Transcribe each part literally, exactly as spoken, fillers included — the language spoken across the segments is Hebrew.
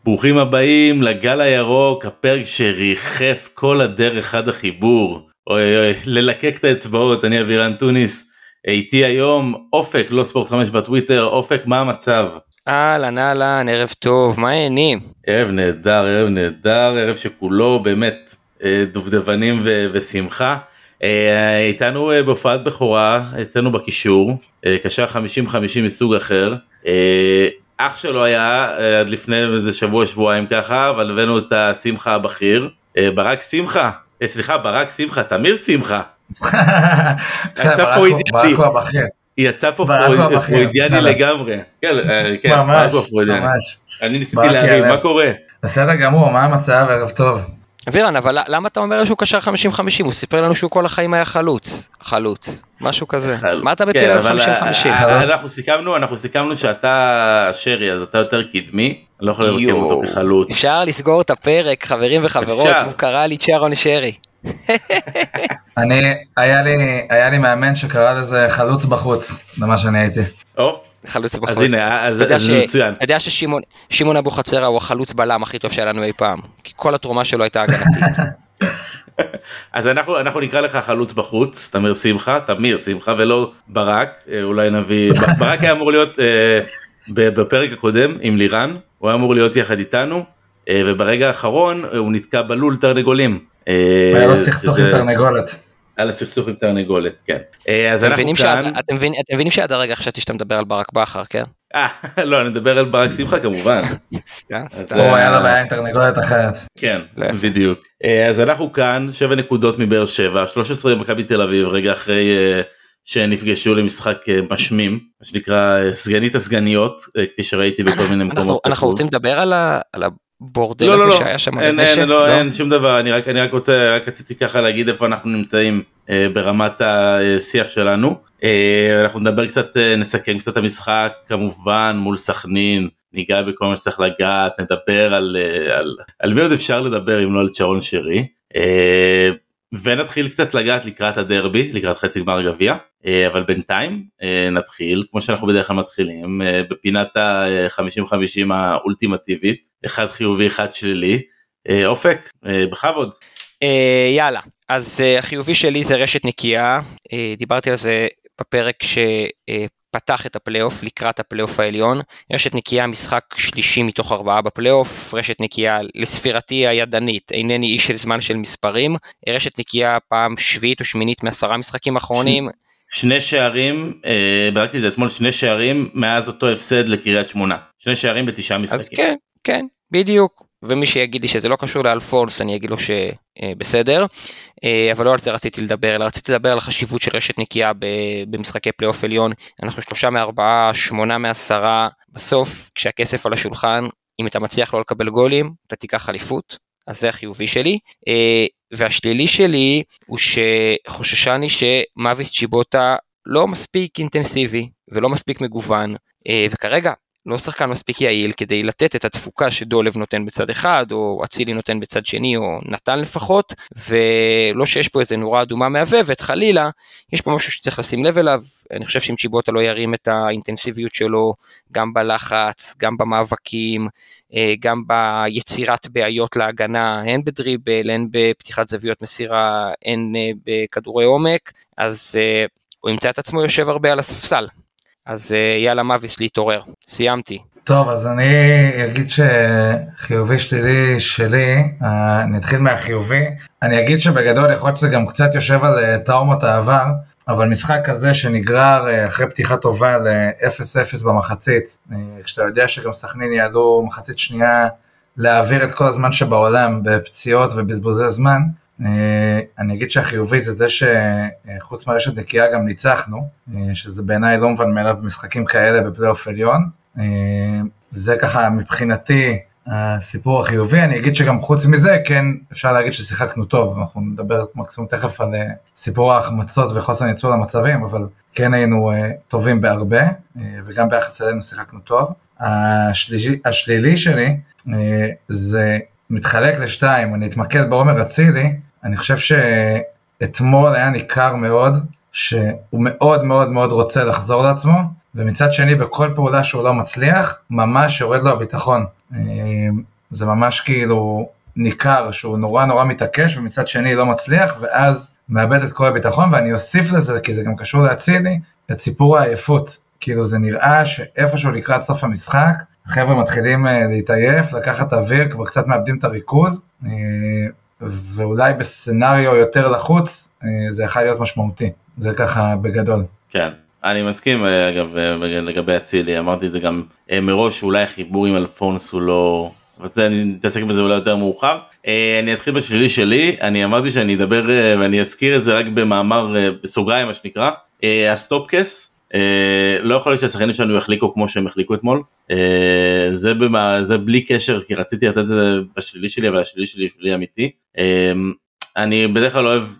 ברוכים הבאים לגל הירוק, הפרק שריחף כל הדרך עד החיבור. אוי אוי, ללקק את האצבעות, אני אבירן טוניס. איתי היום אופק, לא ספורט חמש בטוויטר. אופק, מה המצב? אהלן אהלן, ערב טוב, מה העניינים? ערב נהדר, ערב נהדר, ערב שכולו באמת דובדבנים ו- ושמחה. איתנו בהופעת בכורה, איתנו בקישור, קשר חמישים חמישים מסוג אחר. אח שלו היה עד לפני איזה שבוע שבועיים ככה, אבל הבאנו את השמחה הבכיר, ברק שמחה, סליחה ברק שמחה, תמיר שמחה. יצא פה אידיאלי, יצא פה פרוידיאני לגמרי. ממש, ממש. אני ניסיתי להרים, מה קורה? בסדר גמור, מה המצב? ערב טוב. אבירן, אבל למה אתה אומר שהוא קשר חמישים חמישים? הוא סיפר לנו שהוא כל החיים היה חלוץ, חלוץ, משהו כזה. מה אתה מפיל על חמישים חמישים? אנחנו סיכמנו, אנחנו סיכמנו שאתה שרי, אז אתה יותר קדמי, אני לא יכול לבקר אותו כחלוץ. אפשר לסגור את הפרק, חברים וחברות, הוא קרא לי צ'רון שרי. אני, היה לי, היה לי מאמן שקרא לזה חלוץ בחוץ, זה מה שאני הייתי. או? חלוץ בחוץ. אז הנה, אז זה מצוין. אתה יודע ששמעון אבו חצרה הוא החלוץ בלם הכי טוב שהיה לנו אי פעם, כי כל התרומה שלו הייתה הגנתית. אז אנחנו, אנחנו נקרא לך חלוץ בחוץ, תמיר שמחה, תמיר שמחה ולא ברק, אולי נביא, ברק היה אמור להיות בפרק הקודם עם לירן, הוא היה אמור להיות יחד איתנו, וברגע האחרון הוא נתקע בלול תרנגולים. היה לו סכסוך עם תרנגולת. על הסכסוך עם תרנגולת, כן. אז אתם אנחנו מבינים כאן... שעד, אתם מבינים, אתם מבינים שעד הרגע חשבתי שאתה מדבר על ברק בכר, כן? אה, לא, אני מדבר על ברק שמחה כמובן. סתם, סתם. הוא היה לו בעיה עם תרנגולת אחרת. כן, בדיוק. אז אנחנו כאן, שבע נקודות מבאר שבע, שלוש עשרה מכבי תל אביב, רגע אחרי שנפגשו למשחק משמים, מה שנקרא סגנית הסגניות, כפי שראיתי בכל מיני מקומות. אנחנו רוצים לדבר על ה... בורדל הזה שהיה שם על הדשא? לא, אין שום דבר, אני רק רוצה, רק רציתי ככה להגיד איפה אנחנו נמצאים ברמת השיח שלנו. אנחנו נדבר קצת, נסכם קצת המשחק, כמובן מול סכנין, ניגע בכל מה שצריך לגעת, נדבר על, על, על מי עוד אפשר לדבר אם לא על צ'רון שרי, ונתחיל קצת לגעת לקראת הדרבי, לקראת חצי גמר גביע, אבל בינתיים נתחיל, כמו שאנחנו בדרך כלל מתחילים, בפינת ה-חמישים חמישים האולטימטיבית, אחד חיובי, אחד שלילי. אופק, בכבוד. יאללה, אז החיובי שלי זה רשת נקייה, דיברתי על זה בפרק שפתח את הפלייאוף, לקראת הפלייאוף העליון, רשת נקייה משחק שלישי מתוך ארבעה בפלייאוף, רשת נקייה לספירתי הידנית, אינני איש של זמן של מספרים, רשת נקייה פעם שביעית או שמינית מעשרה משחקים אחרונים. שני שערים, בדקתי את זה אתמול, שני שערים מאז אותו הפסד לקריית שמונה, שני שערים בתשעה משחקים. אז כן, כן, בדיוק. ומי שיגיד לי שזה לא קשור לאלפונס, אני אגיד לו שבסדר, אבל לא על זה רציתי לדבר, אלא רציתי לדבר על החשיבות של רשת נקייה במשחקי פלייאוף עליון, אנחנו שלושה מארבעה, שמונה מעשרה, בסוף כשהכסף על השולחן, אם אתה מצליח לא לקבל גולים, אתה תיקח אליפות, אז זה החיובי שלי, והשלילי שלי הוא שחוששני שמאביס צ'יבוטה לא מספיק אינטנסיבי, ולא מספיק מגוון, וכרגע, לא שחקן מספיק יעיל כדי לתת את התפוקה שדולב נותן בצד אחד, או אצילי נותן בצד שני, או נתן לפחות, ולא שיש פה איזה נורה אדומה מהבבת, חלילה, יש פה משהו שצריך לשים לב אליו, אני חושב שאם צ'יבוטה לא ירים את האינטנסיביות שלו, גם בלחץ, גם במאבקים, גם ביצירת בעיות להגנה, הן בדריבל, הן בפתיחת זוויות מסירה, הן בכדורי עומק, אז הוא ימצא את עצמו יושב הרבה על הספסל. אז יאללה מאביס להתעורר, סיימתי. טוב, אז אני אגיד שחיובי שלילי שלי, נתחיל מהחיובי, אני אגיד שבגדול יכול להיות שזה גם קצת יושב על טראומות העבר, אבל משחק כזה שנגרר אחרי פתיחה טובה ל-אפס אפס במחצית, כשאתה יודע שגם סכנין יעלו מחצית שנייה להעביר את כל הזמן שבעולם בפציעות ובזבוזי זמן, אני אגיד שהחיובי זה זה שחוץ מהרשת נקייה גם ניצחנו, שזה בעיניי לא מובן מאליו במשחקים כאלה בפלייאוף עליון, זה ככה מבחינתי הסיפור החיובי. אני אגיד שגם חוץ מזה כן אפשר להגיד ששיחקנו טוב, אנחנו נדבר מקסימום תכף על סיפור ההחמצות וחוסר ניצול המצבים, אבל כן היינו טובים בהרבה, וגם ביחס אלינו שיחקנו טוב. השלילי, השלילי שלי זה מתחלק לשתיים, אני אתמקד בעומר אצילי, אני חושב שאתמול היה ניכר מאוד, שהוא מאוד מאוד מאוד רוצה לחזור לעצמו, ומצד שני בכל פעולה שהוא לא מצליח, ממש יורד לו הביטחון. זה ממש כאילו ניכר שהוא נורא נורא מתעקש, ומצד שני לא מצליח, ואז מאבד את כל הביטחון, ואני אוסיף לזה, כי זה גם קשור להצילי, את סיפור העייפות. כאילו זה נראה שאיפשהו לקראת סוף המשחק, החבר'ה מתחילים להתעייף, לקחת אוויר, כבר קצת מאבדים את הריכוז, ואולי בסצנריו יותר לחוץ, זה יכול להיות משמעותי. זה ככה בגדול. כן, אני מסכים, אגב, לגבי הצילי, אמרתי את זה גם מראש, אולי החיבור עם אלפונס הוא לא... אבל אני מתעסק בזה אולי יותר מאוחר. אני אתחיל בשלילי שלי, אני אמרתי שאני אדבר ואני אזכיר את זה רק במאמר, בסוגריים מה שנקרא, הסטופקס, לא יכול להיות שהשחקנים שלנו יחליקו כמו שהם החליקו אתמול, זה, במה, זה בלי קשר, כי רציתי לתת את זה בשלילי שלי, אבל השלילי שלי הוא שלילי אמיתי. אני בדרך כלל אוהב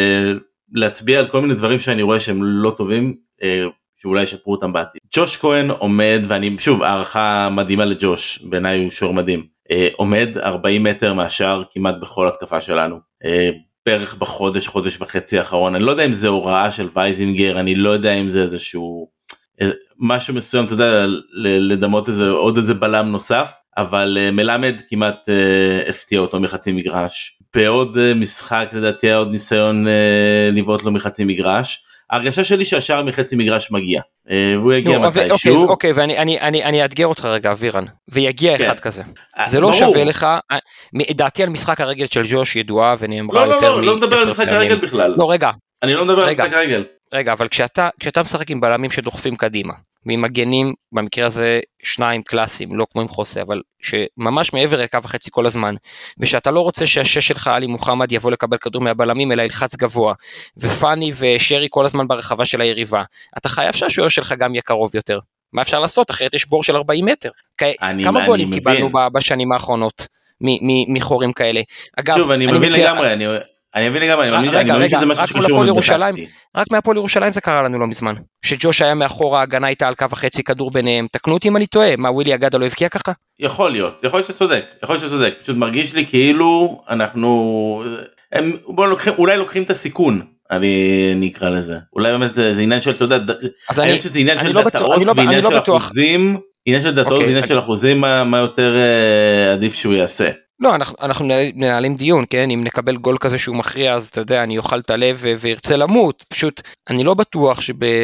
להצביע על כל מיני דברים שאני רואה שהם לא טובים, שאולי ישפרו אותם בעתיד. ג'וש כהן עומד, ואני שוב, הערכה מדהימה לג'וש, בעיניי הוא שור מדהים, עומד ארבעים מטר מהשאר כמעט בכל התקפה שלנו, בערך בחודש, חודש וחצי האחרון, אני לא יודע אם זה הוראה של וייזינגר, אני לא יודע אם זה איזשהו, משהו מסוים, אתה יודע, לדמות איזה, עוד איזה בלם נוסף, אבל מלמד כמעט הפתיע אותו מחצי מגרש, בעוד משחק לדעתי היה עוד ניסיון לבעוט לו מחצי מגרש, ההרגשה שלי שהשאר מחצי מגרש מגיע, והוא יגיע מתישהו. אוקיי, אוקיי, ואני אאתגר אותך רגע, אבירן, ויגיע אחד כזה. זה לא שווה לך, דעתי על משחק הרגל של ג'וש ידועה ונאמרה יותר מ... לא, לא, לא מדבר על משחק הרגל בכלל. לא, רגע. אני לא מדבר על משחק הרגל. רגע, אבל כשאתה משחק עם בלמים שדוחפים קדימה, ממגנים, במקרה הזה שניים קלאסיים, לא כמו עם חוסה, אבל שממש מעבר לקו וחצי כל הזמן, ושאתה לא רוצה שהשש שלך עלי מוחמד יבוא לקבל כדור מהבלמים, אלא ילחץ גבוה, ופני ושרי כל הזמן ברחבה של היריבה, אתה חייב שהשוער שלך גם יהיה קרוב יותר. מה אפשר לעשות? אחרת יש בור של ארבעים מטר. כמה גולים קיבלנו בשנים האחרונות מחורים כאלה? שוב, אני מבין לגמרי, אני... אני מבין לגמרי, אני מבין שזה משהו שקשור לדקתי. רק מהפועל ירושלים זה קרה לנו לא מזמן, שג'וש היה מאחור, ההגנה הייתה על קו החצי כדור ביניהם, תקנו אותי אם אני טועה, מה ווילי אגדה לא הבקיע ככה? יכול להיות, יכול להיות שצודק, יכול להיות שצודק, פשוט מרגיש לי כאילו אנחנו, אולי לוקחים את הסיכון, אני אקרא לזה, אולי באמת זה עניין של, אתה יודע, אני חושב שזה עניין של דתאות ועניין של אחוזים, עניין של דתאות ועניין של אחוזים, מה יותר עדיף שהוא יעשה. לא, אנחנו, אנחנו מנהלים דיון, כן? אם נקבל גול כזה שהוא מכריע, אז אתה יודע, אני אוכל את הלב וירצה למות. פשוט, אני לא בטוח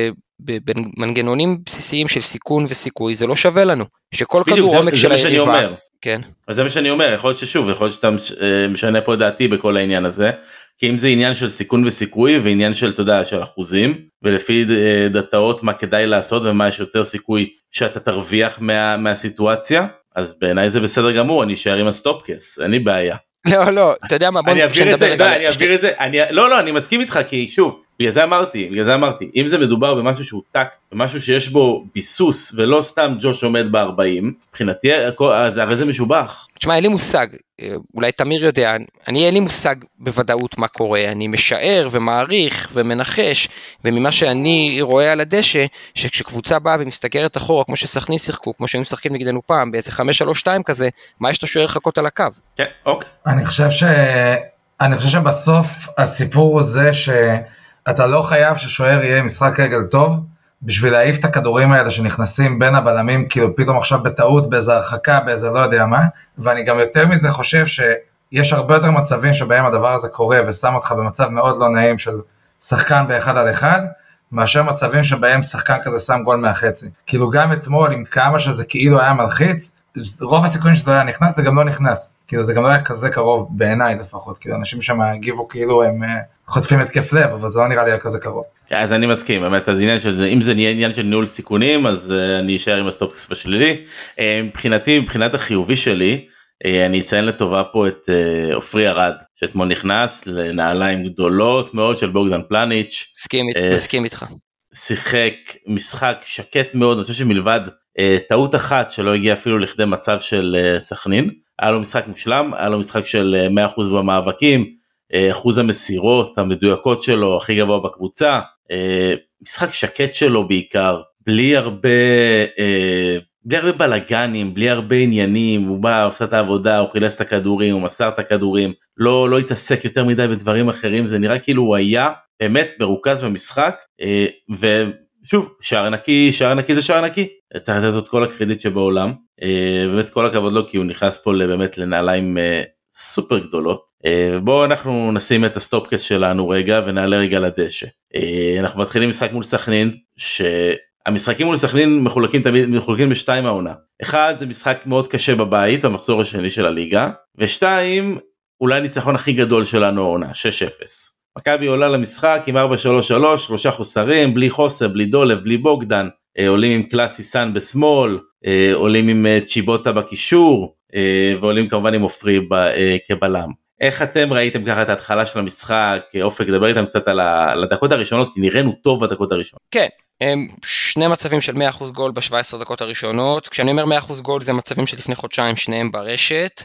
שבמנגנונים בסיסיים של סיכון וסיכוי, זה לא שווה לנו. שכל כדור עומק של היריבה... כן. אז זה מה שאני אומר, יכול להיות ששוב, יכול להיות שאתה משנה פה דעתי בכל העניין הזה, כי אם זה עניין של סיכון וסיכוי, ועניין של, אתה יודע, של אחוזים, ולפי דתאות מה כדאי לעשות, ומה יש יותר סיכוי שאתה תרוויח מה, מהסיטואציה, אז בעיניי זה בסדר גמור, אני אשאר עם הסטופקס, אין לי בעיה. לא, לא, אתה יודע מה, בוא נדבר רגע. אני אעביר את זה, לא, לא, אני מסכים איתך, כי שוב, בגלל זה אמרתי, בגלל זה אמרתי, אם זה מדובר במשהו שהוא טקט, במשהו שיש בו ביסוס, ולא סתם ג'וש עומד ב-ארבעים, מבחינתי, הרי זה משובח. תשמע, אין לי מושג, אולי תמיר יודע, אני אין לי מושג בוודאות מה קורה, אני משער ומעריך ומנחש, וממה שאני רואה על הדשא, שכשקבוצה באה ומסתגרת אחורה, כמו שסכנין שיחקו, כמו שהם משחקים נגדנו פעם, באיזה חמש שלוש שתיים כזה, מה יש את השוער לחכות על הקו? כן, אוקיי. אני חושב ש... אני חושב שבסוף הסיפור הוא זה שאתה לא חייב ששוער יהיה משחק רגל טוב, בשביל להעיף את הכדורים האלה שנכנסים בין הבלמים, כאילו פתאום עכשיו בטעות, באיזה הרחקה, באיזה לא יודע מה, ואני גם יותר מזה חושב שיש הרבה יותר מצבים שבהם הדבר הזה קורה, ושם אותך במצב מאוד לא נעים של שחקן באחד על אחד, מאשר מצבים שבהם שחקן כזה שם גול מהחצי. כאילו גם אתמול, עם כמה שזה כאילו היה מלחיץ, רוב הסיכויים שזה לא היה נכנס, זה גם לא נכנס, כאילו זה גם לא היה כזה קרוב, בעיניי לפחות, כאילו אנשים שם הגיבו כאילו הם חוטפים התקף לב, אבל זה לא נראה לי כזה קרוב. אז אני מסכים, באמת, אז עניין של זה, אם זה עניין של ניהול סיכונים, אז אני אשאר עם הסטופקס בשלילי. מבחינתי, מבחינת החיובי שלי, אני אציין לטובה פה את אופרי ארד, שאתמול נכנס לנעליים גדולות מאוד של בוגדן פלניץ'. מסכים איתך. שיחק משחק שקט מאוד, אני חושב שמלבד טעות אחת שלא הגיע אפילו לכדי מצב של סכנין, היה לו משחק מושלם, היה לו משחק של מאה אחוז במאבקים, אחוז המסירות המדויקות שלו הכי גבוה בקבוצה, משחק שקט שלו בעיקר, בלי הרבה, בלי הרבה בלגנים, בלי הרבה עניינים, הוא בא, עושה את העבודה, הוא חילס את הכדורים, הוא מסר את הכדורים, לא, לא התעסק יותר מדי בדברים אחרים, זה נראה כאילו הוא היה באמת מרוכז במשחק, ושוב, שער נקי, שער נקי זה שער נקי, צריך לתת את כל הקרדיט שבעולם, באמת כל הכבוד לו, כי הוא נכנס פה באמת לנעליים סופר גדולות. בואו אנחנו נשים את הסטופקס שלנו רגע, ונעלה רגע לדשא. אנחנו מתחילים משחק מול סכנין, שהמשחקים מול סכנין מחולקים תמיד, מחולקים בשתיים העונה. אחד, זה משחק מאוד קשה בבית, במחזור השני של הליגה, ושתיים, אולי ניצחון הכי גדול שלנו העונה, שש אפס. מכבי עולה למשחק עם ארבע שלוש שלוש, שלושה חוסרים, בלי חוסר, בלי דולב, בלי בוגדן, עולים עם קלאסי סן בשמאל, עולים עם צ'יבוטה בקישור, ועולים כמובן עם אופרי כבלם. איך אתם ראיתם ככה את ההתחלה של המשחק? אופק, דבר איתם קצת על הדקות הראשונות, כי נראינו טוב בדקות הראשונות. כן, שני מצבים של מאה אחוז גול ב-שבע עשרה דקות הראשונות. כשאני אומר מאה אחוז גול זה מצבים שלפני חודשיים שניהם ברשת.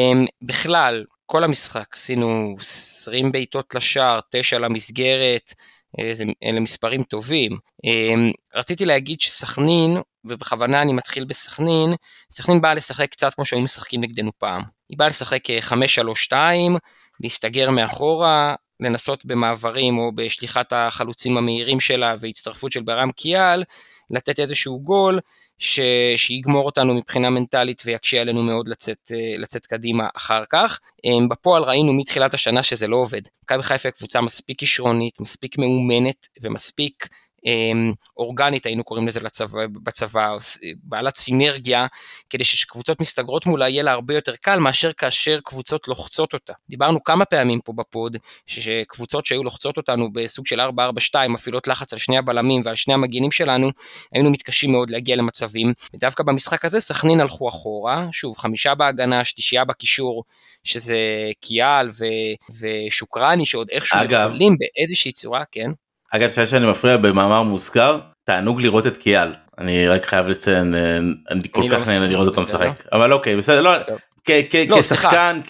בכלל, כל המשחק עשינו עשרים בעיטות לשער, תשע למסגרת, אלה מספרים טובים. רציתי להגיד שסכנין, ובכוונה אני מתחיל בסכנין, סכנין באה לשחק קצת כמו שהיו משחקים נגדנו פעם. היא באה לשחק חמש שלוש שתיים, להסתגר מאחורה, לנסות במעברים או בשליחת החלוצים המהירים שלה והצטרפות של ברם קיאל, לתת איזשהו גול ש... שיגמור אותנו מבחינה מנטלית ויקשה עלינו מאוד לצאת, לצאת קדימה אחר כך. בפועל ראינו מתחילת השנה שזה לא עובד. מכבי חיפה קבוצה מספיק כישרונית, מספיק מאומנת ומספיק אורגנית, היינו קוראים לזה לצבא, בצבא, בעלת סינרגיה, כדי שקבוצות מסתגרות מולה יהיה לה הרבה יותר קל, מאשר כאשר קבוצות לוחצות אותה. דיברנו כמה פעמים פה בפוד, שקבוצות שהיו לוחצות אותנו בסוג של ארבע ארבע שתיים, מפעילות לחץ על שני הבלמים ועל שני המגינים שלנו, היינו מתקשים מאוד להגיע למצבים, ודווקא במשחק הזה סכנין הלכו אחורה, שוב, חמישה בהגנה, שלישייה בקישור, שזה קיאל ו... ושוקרני, שעוד איכשהו יכולים באיזושהי צורה, כן? אגב, שעה שאני מפריע במאמר מוזכר, תענוג לראות את קיאל. אני רק חייב לציין, אני כל כך נהנה לראות אותו משחק. אבל אוקיי, בסדר, לא, כשחקן,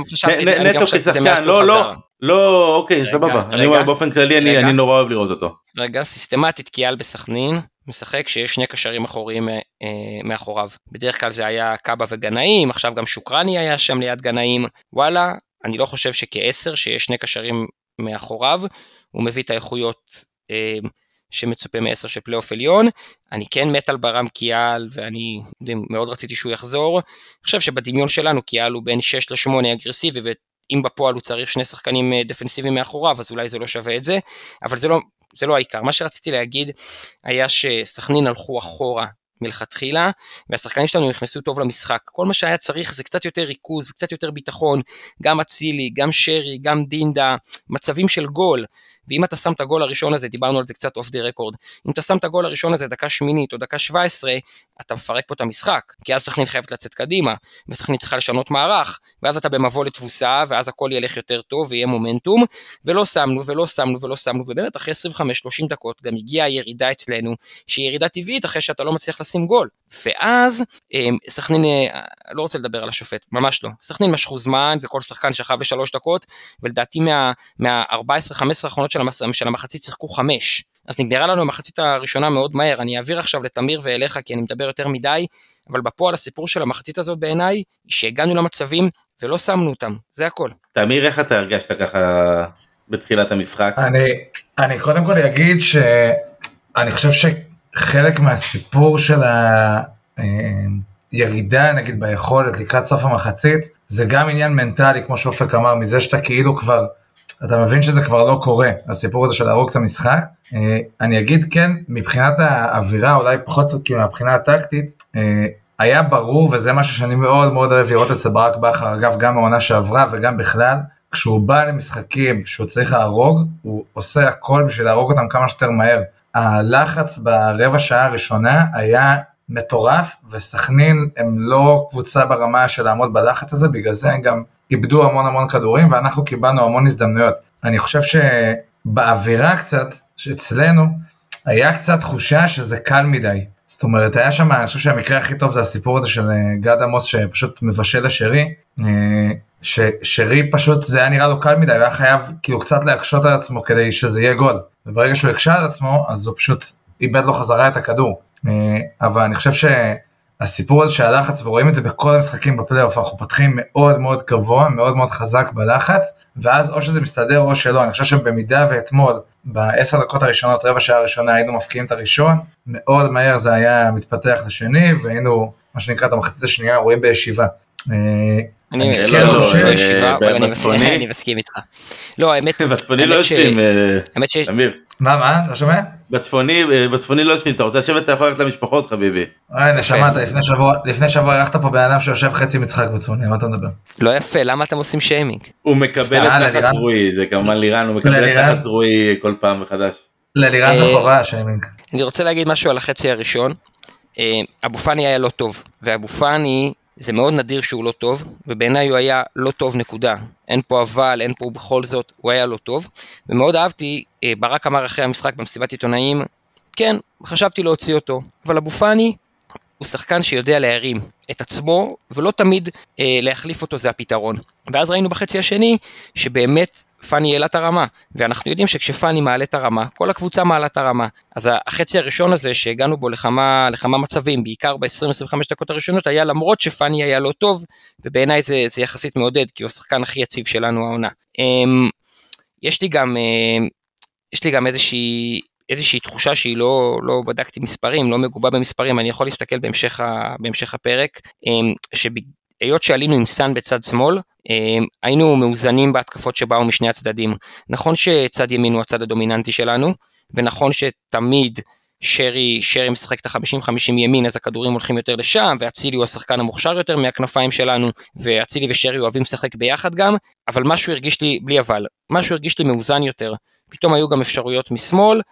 נטו כשחקן, לא, לא, לא, אוקיי, סבבה. אני אומר באופן כללי, אני נורא אוהב לראות אותו. רגע, סיסטמטית קיאל בסכנין, משחק שיש שני קשרים אחוריים מאחוריו. בדרך כלל זה היה קאבה וגנאים, עכשיו גם שוקרני היה שם ליד גנאים. וואלה, אני לא חושב שכעשר שיש שני קשרים מאחוריו, הוא מביא את האיכויות אה, שמצופה מעשר של פלייאוף עליון. אני כן מת על ברם קיאל, ואני מאוד רציתי שהוא יחזור. אני חושב שבדמיון שלנו קיאל הוא בין שש לשמונה אגרסיבי, ואם בפועל הוא צריך שני שחקנים דפנסיביים מאחוריו, אז אולי זה לא שווה את זה, אבל זה לא, זה לא העיקר. מה שרציתי להגיד היה שסכנין הלכו אחורה מלכתחילה, והשחקנים שלנו נכנסו טוב למשחק. כל מה שהיה צריך זה קצת יותר ריכוז וקצת יותר ביטחון, גם אצילי, גם שרי, גם דינדה, מצבים של גול. ואם אתה שם את הגול הראשון הזה, דיברנו על זה קצת אוף די רקורד, אם אתה שם את הגול הראשון הזה דקה שמינית או דקה שבע עשרה, אתה מפרק פה את המשחק, כי אז סכנין חייבת לצאת קדימה, וסכנין צריכה לשנות מערך, ואז אתה במבוא לתבוסה, ואז הכל ילך יותר טוב ויהיה מומנטום, ולא שמנו ולא שמנו ולא שמנו, ובאמת אחרי עשרים וחמש שלושים דקות גם הגיעה ירידה אצלנו, שהיא ירידה טבעית אחרי שאתה לא מצליח לשים גול, ואז סכנין, לא רוצה לדבר על השופט, ממש לא, סכנין משכו זמן, וכל שחקן שכב בשלוש דקות, ולדעתי מה, מה ארבע עשרה חמש עשרה האחרונות של המחצית שיחקו חמש, אז נגמרה לנו המחצית הראשונה מאוד מהר, אני אעביר עכשיו לתמיר ואליך, כי אני מדבר יותר מדי, אבל בפועל הסיפור של המחצית הזאת בעיניי, היא שהגענו למצבים ולא שמנו אותם, זה הכל. תמיר, איך אתה הרגשת ככה בתחילת המשחק? אני, אני קודם כל אגיד שאני חושב שחלק מהסיפור של הירידה, נגיד ביכולת לקראת סוף המחצית, זה גם עניין מנטלי, כמו שאופק אמר, מזה שאתה כאילו כבר, אתה מבין שזה כבר לא קורה, הסיפור הזה של להרוג את המשחק. אני אגיד כן, מבחינת האווירה, אולי פחות כי מהבחינה הטקטית, היה ברור, וזה משהו שאני מאוד מאוד אוהב לראות אצל ברק בכר, אגב גם העונה שעברה וגם בכלל, כשהוא בא למשחקים שהוא צריך להרוג, הוא עושה הכל בשביל להרוג אותם כמה שיותר מהר. הלחץ ברבע שעה הראשונה היה מטורף, וסכנין הם לא קבוצה ברמה של לעמוד בלחץ הזה, בגלל זה הם גם איבדו המון המון כדורים, ואנחנו קיבלנו המון הזדמנויות. אני חושב שבאווירה קצת, שאצלנו, היה קצת תחושה שזה קל מדי. זאת אומרת, היה שם, אני חושב שהמקרה הכי טוב זה הסיפור הזה של גד עמוס, שפשוט מבשל לשרי, ששרי פשוט, זה היה נראה לו קל מדי, הוא היה חייב כאילו קצת להקשות על עצמו, כדי שזה יהיה גול. וברגע שהוא הקשה על עצמו, אז הוא פשוט איבד לו חזרה את הכדור. אבל אני חושב שהסיפור הזה של הלחץ, ורואים את זה בכל המשחקים בפלייאוף, אנחנו פותחים מאוד מאוד גבוה, מאוד מאוד חזק בלחץ, ואז או שזה מסתדר או שלא. אני חושב שבמידה ואתמול, בעשר דקות הראשונות, רבע שעה הראשונה, היינו מפקיעים את הראשון, מאוד מהר זה היה מתפתח לשני, והיינו מה שנקרא את המחצית השנייה, רואים בישיבה. אני מסכים איתך. לא, האמת... בצפוני לא יושבים, אמיר. מה, מה? לא שומע? בצפוני לא יושבים, אתה רוצה לשבת, אתה יכול ללכת למשפחות, חביבי. הנה, שמעת, לפני שבוע ערכת פה באדם שיושב חצי מצחק בצפוני, מה אתה מדבר? לא יפה, למה אתם עושים שיימינג? הוא מקבל את נחת זרועי, זה כמובן לירן, הוא מקבל את נחת זרועי כל פעם מחדש. ללירן זה חובה, השיימינג. אני רוצה להגיד משהו על החצי הראשון. אבו פאני היה לא טוב, ואבו פאני זה מאוד נדיר שהוא לא טוב, ובעיניי הוא היה לא טוב נקודה. אין פה אבל, אין פה בכל זאת, הוא היה לא טוב. ומאוד אהבתי, ברק אמר אחרי המשחק במסיבת עיתונאים, כן, חשבתי להוציא אותו, אבל אבו פאני הוא שחקן שיודע להרים את עצמו, ולא תמיד אה, להחליף אותו זה הפתרון. ואז ראינו בחצי השני, שבאמת פאני העלה את הרמה, ואנחנו יודעים שכשפאני מעלה את הרמה, כל הקבוצה מעלה את הרמה. אז החצי הראשון הזה שהגענו בו לכמה, לכמה מצבים, בעיקר ב-עשרים עד עשרים וחמש דקות הראשונות, היה למרות שפאני היה לא טוב, ובעיניי זה, זה יחסית מעודד, כי הוא השחקן הכי יציב שלנו העונה. יש לי גם, יש לי גם איזושהי, איזושהי תחושה שהיא לא, לא בדקתי מספרים, לא מגובה במספרים, אני יכול להסתכל בהמשך, ה, בהמשך הפרק, שהיות שעלינו עם סן בצד שמאל, היינו מאוזנים בהתקפות שבאו משני הצדדים. נכון שצד ימין הוא הצד הדומיננטי שלנו, ונכון שתמיד שרי, שרי משחק את ה-חמישים חמישים ימין, אז הכדורים הולכים יותר לשם, ואצילי הוא השחקן המוכשר יותר מהכנפיים שלנו, ואצילי ושרי אוהבים לשחק ביחד גם, אבל משהו הרגיש לי, בלי אבל, משהו הרגיש לי מאוזן יותר. פתאום היו גם אפשרויות משמאל,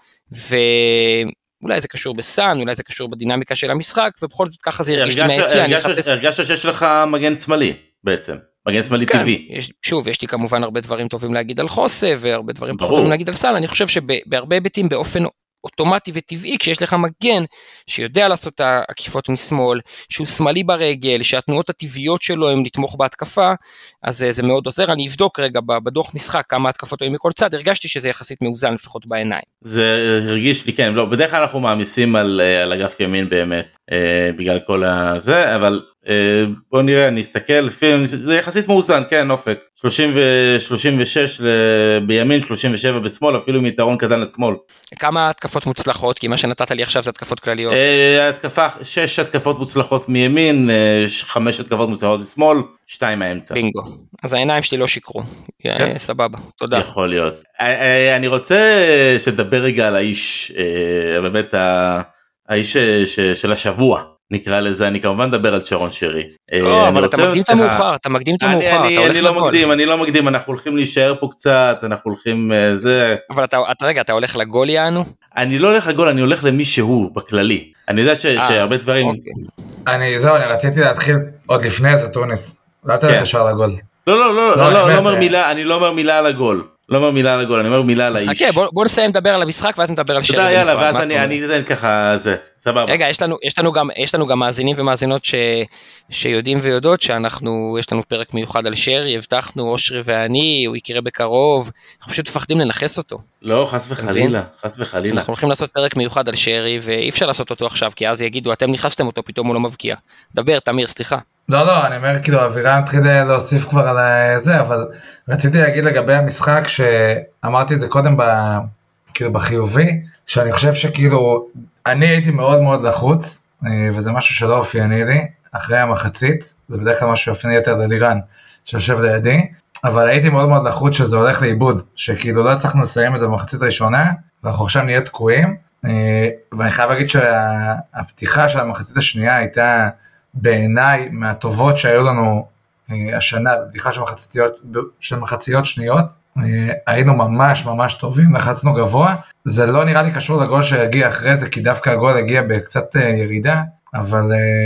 ואולי זה קשור בסן, אולי זה קשור בדינמיקה של המשחק, ובכל זאת ככה זה הרגיש לי מהיציאה. הרגשת שיש לך מגן שמאלי בעצם. מגן שמאלי טבעי. שוב, יש לי כמובן הרבה דברים טובים להגיד על חוסה, והרבה דברים פחות טובים להגיד על סל, אני חושב שבהרבה היבטים באופן אוטומטי וטבעי, כשיש לך מגן שיודע לעשות את העקיפות משמאל, שהוא שמאלי ברגל, שהתנועות הטבעיות שלו הם לתמוך בהתקפה, אז זה מאוד עוזר. אני אבדוק רגע בדוח משחק כמה התקפות היו מכל צד, הרגשתי שזה יחסית מאוזן לפחות בעיניים. זה הרגיש לי, כן, לא, בדרך כלל אנחנו מעמיסים על, על אגף ימין באמת, אה, בגלל כל הזה, אבל אה, בוא נראה, אני אסתכל, לפי, זה יחסית מאוזן, כן, אופק, שלושים ושש בימין, שלושים ושבע בשמאל, אפילו מיתרון קטן לשמאל. כמה התקפות מוצלחות? כי מה שנתת לי עכשיו זה התקפות כלליות. התקפה, שש התקפות מוצלחות מימין, חמש התקפות מוצלחות משמאל, שתיים מהאמצע. בינגו. אז העיניים שלי לא שיקרו. סבבה, תודה. יכול להיות. אני רוצה שתדבר רגע על האיש, באמת האיש של השבוע. נקרא לזה, אני כמובן מדבר על שרון שרי. לא, אבל אתה מקדים את המאוחר, אתה מקדים את המאוחר, אתה הולך לגול. אני לא מקדים, אנחנו הולכים להישאר פה קצת, אנחנו הולכים זה... אבל אתה, רגע, אתה הולך לגול יענו? אני לא הולך לגול, אני הולך למי שהוא, בכללי. אני יודע שהרבה דברים... אני, זהו, אני רציתי להתחיל עוד לפני זה, טונס. לא תלך ישר לגול. לא, לא, לא, לא אומר מילה, אני לא אומר מילה על הגול. לא אומר מילה על הגול, אני אומר מילה על האיש. חכה, בוא, בוא נסיים לדבר על המשחק ואז נדבר על שרי. תודה, יאללה, ואז אני, אני אתן ככה, זה, סבבה. רגע, יש לנו, יש לנו גם, יש לנו גם מאזינים ומאזינות ש, שיודעים ויודעות שאנחנו, יש לנו פרק מיוחד על שרי, הבטחנו, אושרי ואני, הוא יקרה בקרוב, אנחנו פשוט מפחדים לנחס אותו. לא, חס וחלילה, חס וחלילה. אנחנו הולכים לעשות פרק מיוחד על שרי, ואי אפשר לעשות אותו עכשיו, כי אז יגידו, אתם נכנסתם אותו, פתאום הוא לא מבקיע. דבר, תמיר, סליחה. לא, לא, אני אומר, כאילו, אבירן התחיל להוסיף כבר על זה, אבל רציתי להגיד לגבי המשחק, שאמרתי את זה קודם ב, כאילו, בחיובי, שאני חושב שכאילו, אני הייתי מאוד מאוד לחוץ, וזה משהו שלא אופייני לי, אחרי המחצית, זה בדרך כלל משהו שאופייני יותר ללירן, שיושב לידי, אבל הייתי מאוד מאוד לחוץ שזה הולך לאיבוד, שכאילו לא הצלחנו לסיים את זה במחצית הראשונה, ואנחנו עכשיו נהיה תקועים, ואני חייב להגיד שהפתיחה של המחצית השנייה הייתה, בעיניי מהטובות שהיו לנו השנה, בדיחה של מחציות, של מחציות שניות, היינו ממש ממש טובים, לחצנו גבוה, זה לא נראה לי קשור לגול שהגיע אחרי זה, כי דווקא הגול הגיע בקצת ירידה, אבל,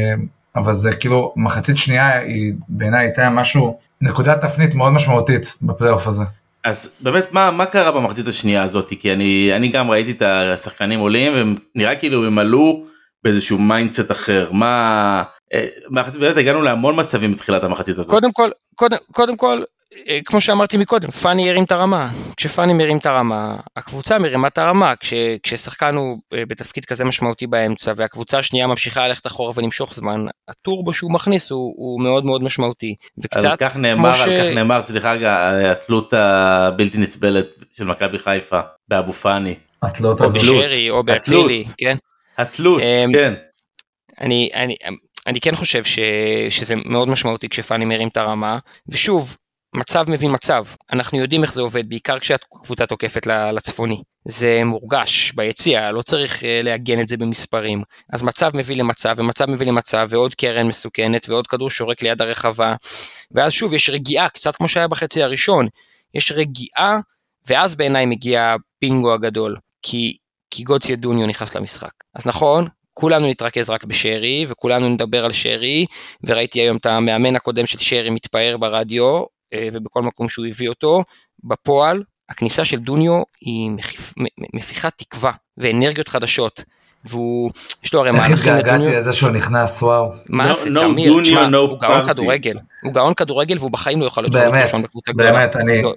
אבל זה כאילו, מחצית שנייה היא בעיניי הייתה משהו, נקודת תפנית מאוד משמעותית בפלייאוף הזה. אז באמת מה, מה קרה במחצית השנייה הזאת? כי אני, אני גם ראיתי את השחקנים עולים, ונראה כאילו הם עלו באיזשהו מיינדסט אחר, מה... באמת הגענו להמון מצבים בתחילת המחצית הזאת. קודם כל, קודם, קודם כל, כמו שאמרתי מקודם, פאני הרים את הרמה. כשפאני מרים את הרמה, הקבוצה מרימה את הרמה. כש, כששחקן הוא בתפקיד כזה משמעותי באמצע, והקבוצה השנייה ממשיכה ללכת אחורה ולמשוך זמן, הטורבו שהוא מכניס הוא, הוא מאוד מאוד משמעותי. וקצת, על כך נאמר, ש... על כך נאמר, סליחה, התלות הבלתי נסבלת של מכבי חיפה, באבו פאני. התלות הזאת. או בשרי, או באצילי, כן. התלות, כן. אני, אני, אני כן חושב ש, שזה מאוד משמעותי כשפאני מרים את הרמה, ושוב, מצב מביא מצב, אנחנו יודעים איך זה עובד, בעיקר כשהקבוצה תוקפת לצפוני, זה מורגש ביציאה, לא צריך להגן את זה במספרים, אז מצב מביא למצב, ומצב מביא למצב, ועוד קרן מסוכנת, ועוד כדור שורק ליד הרחבה, ואז שוב יש רגיעה, קצת כמו שהיה בחצי הראשון, יש רגיעה, ואז בעיניי מגיע פינגו הגדול, כי, כי גודסיה דוניו נכנס למשחק, אז נכון, כולנו נתרכז רק בשרי, וכולנו נדבר על שרי, וראיתי היום את המאמן הקודם של שרי מתפאר ברדיו, ובכל מקום שהוא הביא אותו, בפועל, הכניסה של דוניו היא מחיפ... מפיחת תקווה, ואנרגיות חדשות, והוא, יש לו הרי מהלכים לדוניו. איך התגעגעתי לזה שהוא נכנס, וואו. מה זה, תמיר, תשמע, הוא גאון כדורגל, הוא גאון כדורגל, והוא בחיים לא יוכל להיות חלוץ ראשון בקבוצה גדולה. באמת,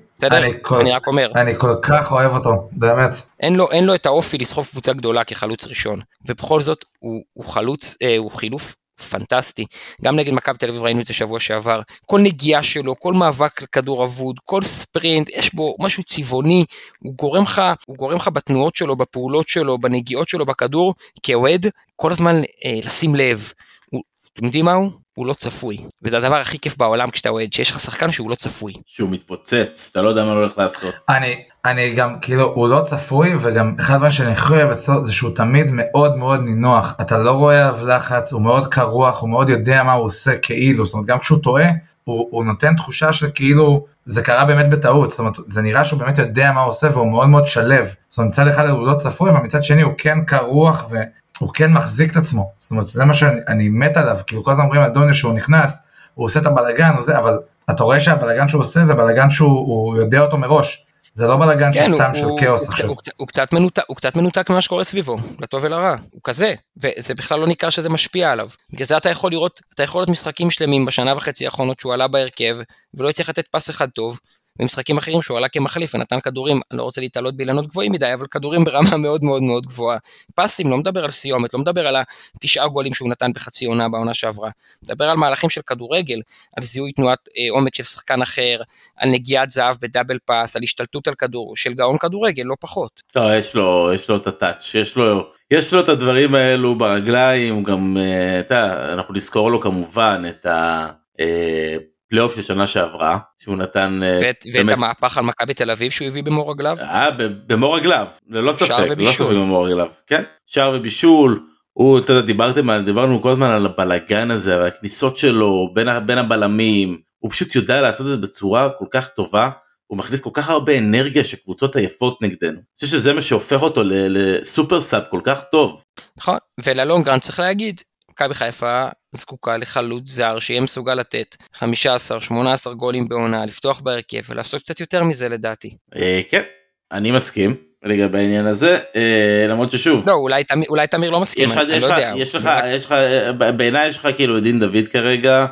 אני רק אומר. אני כל כך אוהב אותו, באמת. אין לו את האופי לסחוב קבוצה גדולה כחלוץ ראשון, ובכל זאת, הוא חלוץ, הוא חילוף, פנטסטי, גם נגד מכבי תל אביב ראינו את זה שבוע שעבר, כל נגיעה שלו, כל מאבק לכדור אבוד, כל ספרינט, יש בו משהו צבעוני, הוא גורם לך, הוא גורם לך בתנועות שלו, בפעולות שלו, בנגיעות שלו בכדור, כאוהד, כל הזמן אה, לשים לב, הוא, אתם יודעים מה הוא? הוא לא צפוי, וזה הדבר הכי כיף בעולם כשאתה אוהד, שיש לך שחקן שהוא לא צפוי. שהוא מתפוצץ, אתה לא יודע מה הוא הולך לעשות. אני, אני גם, כאילו, הוא לא צפוי, וגם אחד הדברים שאני הכי אוהב אצלו, זה שהוא תמיד מאוד מאוד נינוח, אתה לא רואה עליו לחץ, הוא מאוד קרוח, הוא מאוד יודע מה הוא עושה כאילו, זאת אומרת, גם כשהוא טועה, הוא, הוא נותן תחושה של כאילו, זה קרה באמת בטעות, זאת אומרת, זה נראה שהוא באמת יודע מה הוא עושה, והוא מאוד מאוד שלב, זאת אומרת, מצד אחד הוא לא צפוי, ומצד שני הוא כן קרוח, ו... הוא כן מחזיק את עצמו, זאת אומרת, זה מה שאני מת עליו, כאילו כל הזמן אומרים על דוניו שהוא נכנס, הוא עושה את הבלגן, זה, אבל אתה רואה שהבלגן שהוא עושה, זה בלגן שהוא יודע אותו מראש, זה לא בלגן כן, שסתם הוא, של הוא, כאוס הוא, עכשיו. הוא, הוא, קצת מנותק, הוא קצת מנותק ממה שקורה סביבו, לטוב ולרע, הוא כזה, וזה בכלל לא ניכר שזה משפיע עליו, בגלל זה אתה יכול לראות, אתה יכול לראות משחקים שלמים בשנה וחצי האחרונות שהוא עלה בהרכב, ולא יצטרך לתת פס אחד טוב, במשחקים אחרים שהוא עלה כמחליף ונתן כדורים, אני לא רוצה להתעלות באילנות גבוהים מדי, אבל כדורים ברמה מאוד מאוד מאוד גבוהה. פסים, לא מדבר על סיומת, לא מדבר על התשעה גולים שהוא נתן בחצי עונה בעונה שעברה, מדבר על מהלכים של כדורגל, על זיהוי תנועת אה, עומק של שחקן אחר, על נגיעת זהב בדאבל פס, על השתלטות על כדור, של גאון כדורגל, לא פחות. לא, יש לו, יש לו את הטאץ', יש לו, יש לו את הדברים האלו ברגליים, הוא גם, אתה, אנחנו נזכור לו כמובן את ה... אה, פלייאוף של שנה שעברה, שהוא נתן... ואת, ואת המהפך על מכבי תל אביב שהוא הביא במור רגליו? אה, במור רגליו, ללא ספק, ללא ספק במור רגליו, כן? שער ובישול, הוא, אתה יודע, דיברתם, דיברנו כל הזמן על הבלגן הזה, והכניסות שלו בין, בין הבלמים, הוא פשוט יודע לעשות את זה בצורה כל כך טובה, הוא מכניס כל כך הרבה אנרגיה שקבוצות עייפות נגדנו. אני חושב שזה מה שהופך אותו לסופר סאב כל כך טוב. נכון, וללונגרן צריך להגיד, מכבי חיפה זקוקה לחלוץ זר שיהיה מסוגל לתת חמישה עשר שמונה עשר גולים בעונה, לפתוח בהרכב ולעשות קצת יותר מזה לדעתי. כן, אני מסכים לגבי העניין הזה, למרות ששוב. לא, אולי תמיר לא מסכים, אני לא יודע. יש לך, יש לך, בעיניי יש לך כאילו דין דוד כרגע,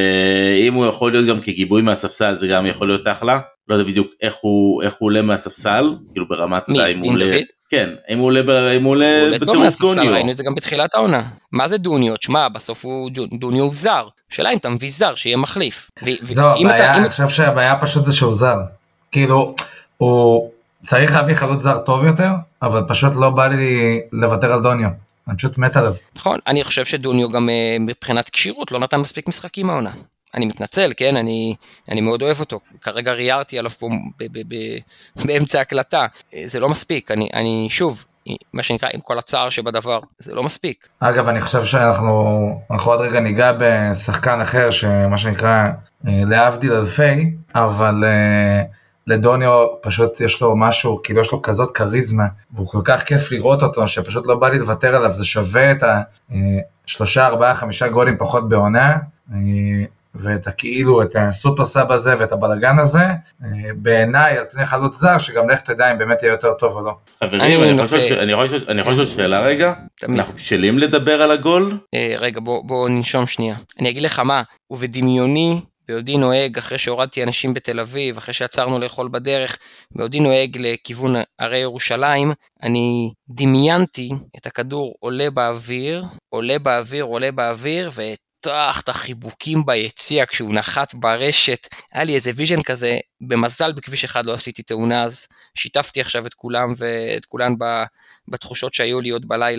ואם הוא יכול להיות גם כגיבוי מהספסל, זה גם יכול להיות אחלה. לא יודע בדיוק איך הוא, איך הוא עולה מהספסל, כאילו ברמת... מי, דין דוד? כן, אם הוא עולה בטירוף דוניו. ראינו את זה גם בתחילת העונה. מה זה דוניו? תשמע, בסוף דוניו הוא זר. שאלה אם אתה מביא זר, שיהיה מחליף. זו הבעיה, אני חושב שהבעיה פשוט זה שהוא זר. כאילו, הוא צריך להביא חלוץ זר טוב יותר, אבל פשוט לא בא לי לוותר על דוניו. אני פשוט מת עליו. נכון, אני חושב שדוניו גם מבחינת קשירות, לא נתן מספיק משחקים העונה. אני מתנצל, כן, אני, אני מאוד אוהב אותו, כרגע ריארתי עליו פה ב, ב, ב, באמצע הקלטה, זה לא מספיק, אני, אני שוב, מה שנקרא, עם כל הצער שבדבר, זה לא מספיק. אגב, אני חושב שאנחנו, אנחנו עוד רגע ניגע בשחקן אחר, שמה שנקרא, להבדיל אלפי, אבל לדוניו פשוט יש לו משהו, כאילו יש לו כזאת קריזמה, והוא כל כך כיף לראות אותו, שפשוט לא בא לי לוותר עליו, זה שווה את השלושה, ארבעה, חמישה גולים פחות בעונה, ואת הכאילו, את הסופר סאב הזה ואת הבלגן הזה, בעיניי על פני חלוץ זר, שגם לך תדע אם באמת יהיה יותר טוב או לא. חברים, אני חושב שאלה רגע, אנחנו בשלים לדבר על הגול? רגע, בואו ננשום שנייה. אני אגיד לך מה, ובדמיוני, בעודי נוהג, אחרי שהורדתי אנשים בתל אביב, אחרי שעצרנו לאכול בדרך, בעודי נוהג לכיוון הרי ירושלים, אני דמיינתי את הכדור עולה באוויר, עולה באוויר, עולה באוויר, ואת את החיבוקים ביציע כשהוא נחת ברשת, היה לי איזה ויז'ן כזה, במזל בכביש אחד לא עשיתי תאונה, אז שיתפתי עכשיו את כולם ואת כולן בתחושות שהיו לי עוד בלילה,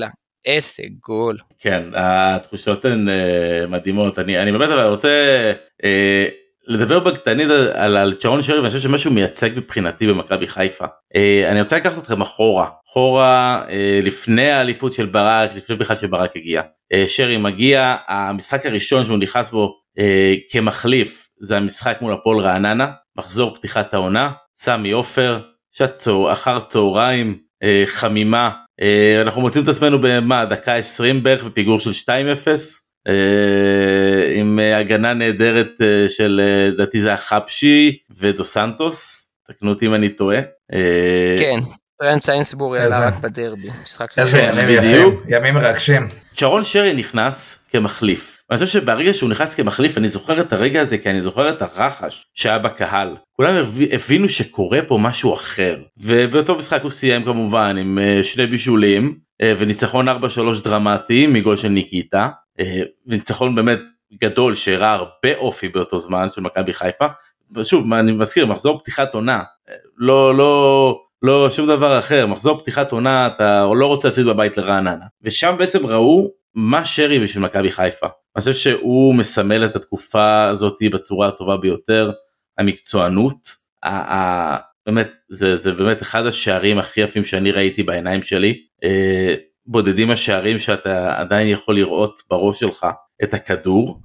איזה גול. כן, התחושות הן מדהימות. אני, אני באמת אבל רוצה אה, לדבר בקטנית על, על צ'רון שרי, ואני חושב שמשהו מייצג מבחינתי במכבי חיפה. אה, אני רוצה לקחת אתכם אחורה, אחורה אה, לפני האליפות של ברק, לפני בכלל שברק הגיע. אה, שרי מגיע, המשחק הראשון שהוא נכנס בו אה, כמחליף, זה המשחק מול הפועל רעננה, מחזור פתיחת העונה, סמי עופר, שצור, אחר צהריים, אה, חמימה, אה, אנחנו מוצאים את עצמנו במה, דקה עשרים בערך בפיגור של שתיים אפס, אה, עם הגנה נהדרת אה, של, דעתי זה החפשי ודו סנטוס, תקנו אותי אם אני טועה. אה, כן, טרנט סיינסבורי עלה רק בדרבי, משחק איזה ימים יפים, ימים מרגשים. צ'רון שרי נכנס כמחליף. אני חושב שברגע שהוא נכנס כמחליף, אני זוכר את הרגע הזה, כי אני זוכר את הרחש שהיה בקהל. כולם הבינו שקורה פה משהו אחר. ובאותו משחק הוא סיים כמובן עם שני בישולים, וניצחון ארבע שלוש דרמטי מגול של ניקיטה. וניצחון באמת גדול שהראה הרבה אופי באותו זמן של מכבי חיפה. שוב, אני מזכיר, מחזור פתיחת עונה. לא, לא... לא שום דבר אחר, מחזור פתיחת עונה, אתה לא רוצה להפסיד בבית לרעננה. ושם בעצם ראו מה שרי בשביל מכבי חיפה. אני חושב שהוא מסמל את התקופה הזאת בצורה הטובה ביותר, המקצוענות, ה- ה- באמת, זה, זה באמת אחד השערים הכי יפים שאני ראיתי בעיניים שלי, בודדים השערים שאתה עדיין יכול לראות בראש שלך את הכדור,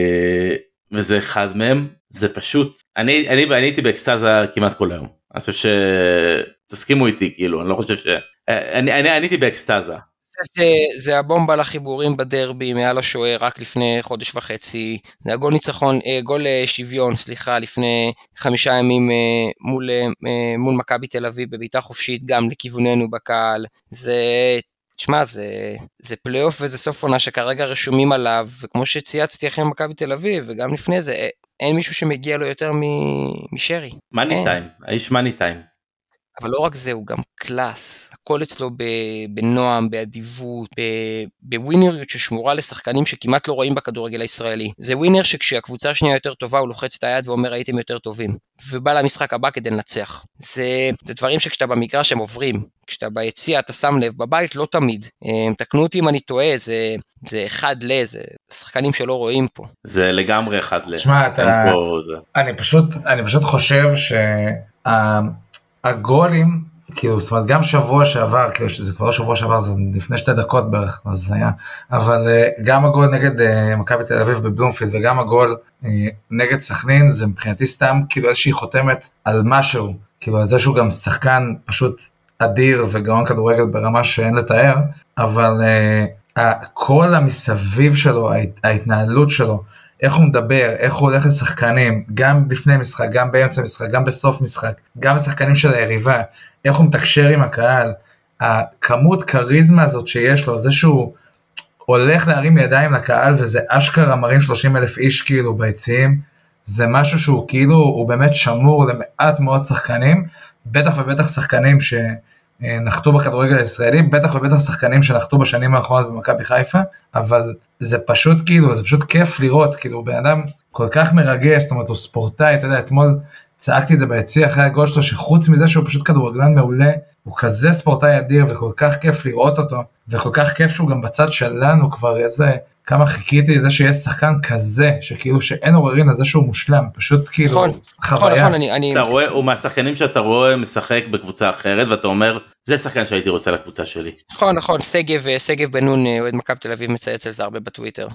וזה אחד מהם, זה פשוט, אני, אני, אני הייתי באקסטאזה כמעט כל היום. אני חושב שתסכימו איתי, כאילו, אני לא חושב ש... אני, אני, אני הייתי באקסטאזה. זה, זה הבומבה לחיבורים בדרבי מעל השוער רק לפני חודש וחצי, זה הגול ניצחון, גול שוויון, סליחה, לפני חמישה ימים מול, מול מכבי תל אביב בביתה חופשית, גם לכיווננו בקהל, זה... תשמע, זה, זה פלייאוף וזה סוף עונה שכרגע רשומים עליו, וכמו שצייצתי אחרי מכבי תל אביב, וגם לפני זה, אין מישהו שמגיע לו יותר משרי. מאני טיים, האיש מאני טיים. אבל לא רק זה, הוא גם קלאס. הכל אצלו בנועם, באדיבות, בווינריות ששמורה לשחקנים שכמעט לא רואים בכדורגל הישראלי. זה ווינר שכשהקבוצה השנייה יותר טובה, הוא לוחץ את היד ואומר, הייתם יותר טובים. ובא למשחק הבא כדי לנצח. זה, זה דברים שכשאתה במגרש הם עוברים. כשאתה ביציאה, אתה שם לב, בבית לא תמיד. תקנו אותי אם אני טועה, זה, זה אחד ל, זה שחקנים שלא רואים פה. זה לגמרי אחד ל. תשמע, אתה... אני פשוט, אני פשוט חושב שהגולים, כאילו, זאת אומרת, גם שבוע שעבר, כאילו, זה כבר לא שבוע שעבר, זה לפני שתי דקות בערך, אז זה היה, אבל גם הגול נגד מכבי תל אביב בבלומפילד, וגם הגול נגד סכנין, זה מבחינתי סתם, כאילו, איזושהי חותמת על משהו, כאילו, על זה שהוא גם שחקן פשוט אדיר וגאון כדורגל ברמה שאין לתאר, אבל uh, כל המסביב שלו, ההתנהלות שלו, איך הוא מדבר, איך הוא הולך לשחקנים, גם לפני משחק, גם באמצע משחק, גם בסוף משחק, גם לשחקנים של היריבה, איך הוא מתקשר עם הקהל, הכמות קריזמה הזאת שיש לו, זה שהוא הולך להרים ידיים לקהל, וזה אשכרה מרים שלושים אלף איש כאילו ביציעים, זה משהו שהוא כאילו, הוא באמת שמור למעט מאוד שחקנים, בטח ובטח שחקנים שנחתו בכדורגל הישראלי, בטח ובטח שחקנים שנחתו בשנים האחרונות במכבי חיפה, אבל זה פשוט כאילו, זה פשוט כיף לראות, כאילו בן אדם כל כך מרגש, זאת אומרת הוא ספורטאי, אתה יודע, אתמול צעקתי את זה ביציע אחרי הגול שלו, שחוץ מזה שהוא פשוט כדורגלן מעולה, הוא כזה ספורטאי אדיר, וכל כך כיף לראות אותו, וכל כך כיף שהוא גם בצד שלנו כבר איזה, כמה חיכיתי זה שיש שחקן כזה, שכאילו שאין עוררין על זה שהוא מושלם, פשוט כאילו נכון, חוויה. נכון, אני, אני... אתה רואה, הוא מהשחקנים שאתה רואה משחק בקבוצה אחרת, ואתה אומר, זה שחקן שהייתי רוצה לקבוצה שלי. נכון, נכון, סגב, סגב בן נון, אוהד מכבי תל אביב מצייץ על זה הרבה בטוויטר.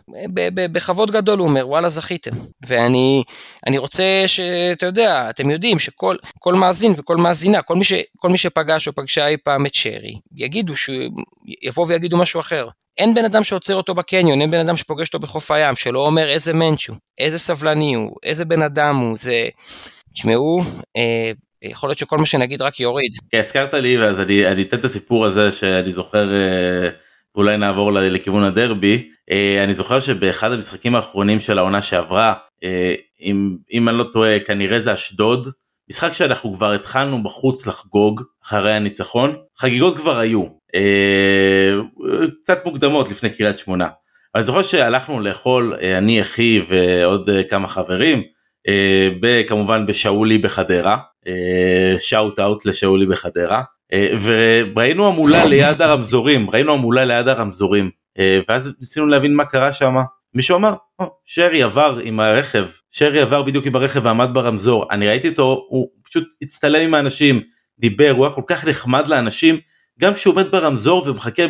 בכבוד גדול הוא אומר, וואלה זכיתם. ואני אני רוצה שאתה יודע, אתם יודעים שכל כל מאזין וכל מאזינה, כל מי, ש, כל מי שפגש או פגשה אי פעם את שרי, יגידו שיבוא ויגידו משהו אחר. אין בן אדם שעוצר אותו בקניון, אין בן אדם שפוגש אותו בחוף הים, שלא אומר איזה מנצ'ו, איזה סבלני הוא, איזה בן אדם הוא, זה, תשמעו, אה, יכול להיות שכל מה שנגיד רק יוריד. כן, הזכרת לי, ואז אני, אני אתן את הסיפור הזה שאני זוכר, אה, אולי נעבור לכיוון הדרבי, אה, אני זוכר שבאחד המשחקים האחרונים של העונה שעברה, אה, אם, אם אני לא טועה, כנראה זה אשדוד, משחק שאנחנו כבר התחלנו בחוץ לחגוג, אחרי הניצחון, חגיגות כבר היו. קצת מוקדמות לפני קריית שמונה, אבל אני זוכר שהלכנו לאכול, אני אחי ועוד כמה חברים, כמובן בשאולי בחדרה, שאוט אאוט לשאולי בחדרה, וראינו המולה ליד הרמזורים, ראינו המולה ליד הרמזורים, ואז ניסינו להבין מה קרה שם. מישהו אמר, שרי עבר עם הרכב, שרי עבר בדיוק עם הרכב ועמד ברמזור, אני ראיתי אותו, הוא פשוט הצטלם עם האנשים, דיבר, הוא היה כל כך נחמד לאנשים, גם כשהוא עומד ברמזור ומחכה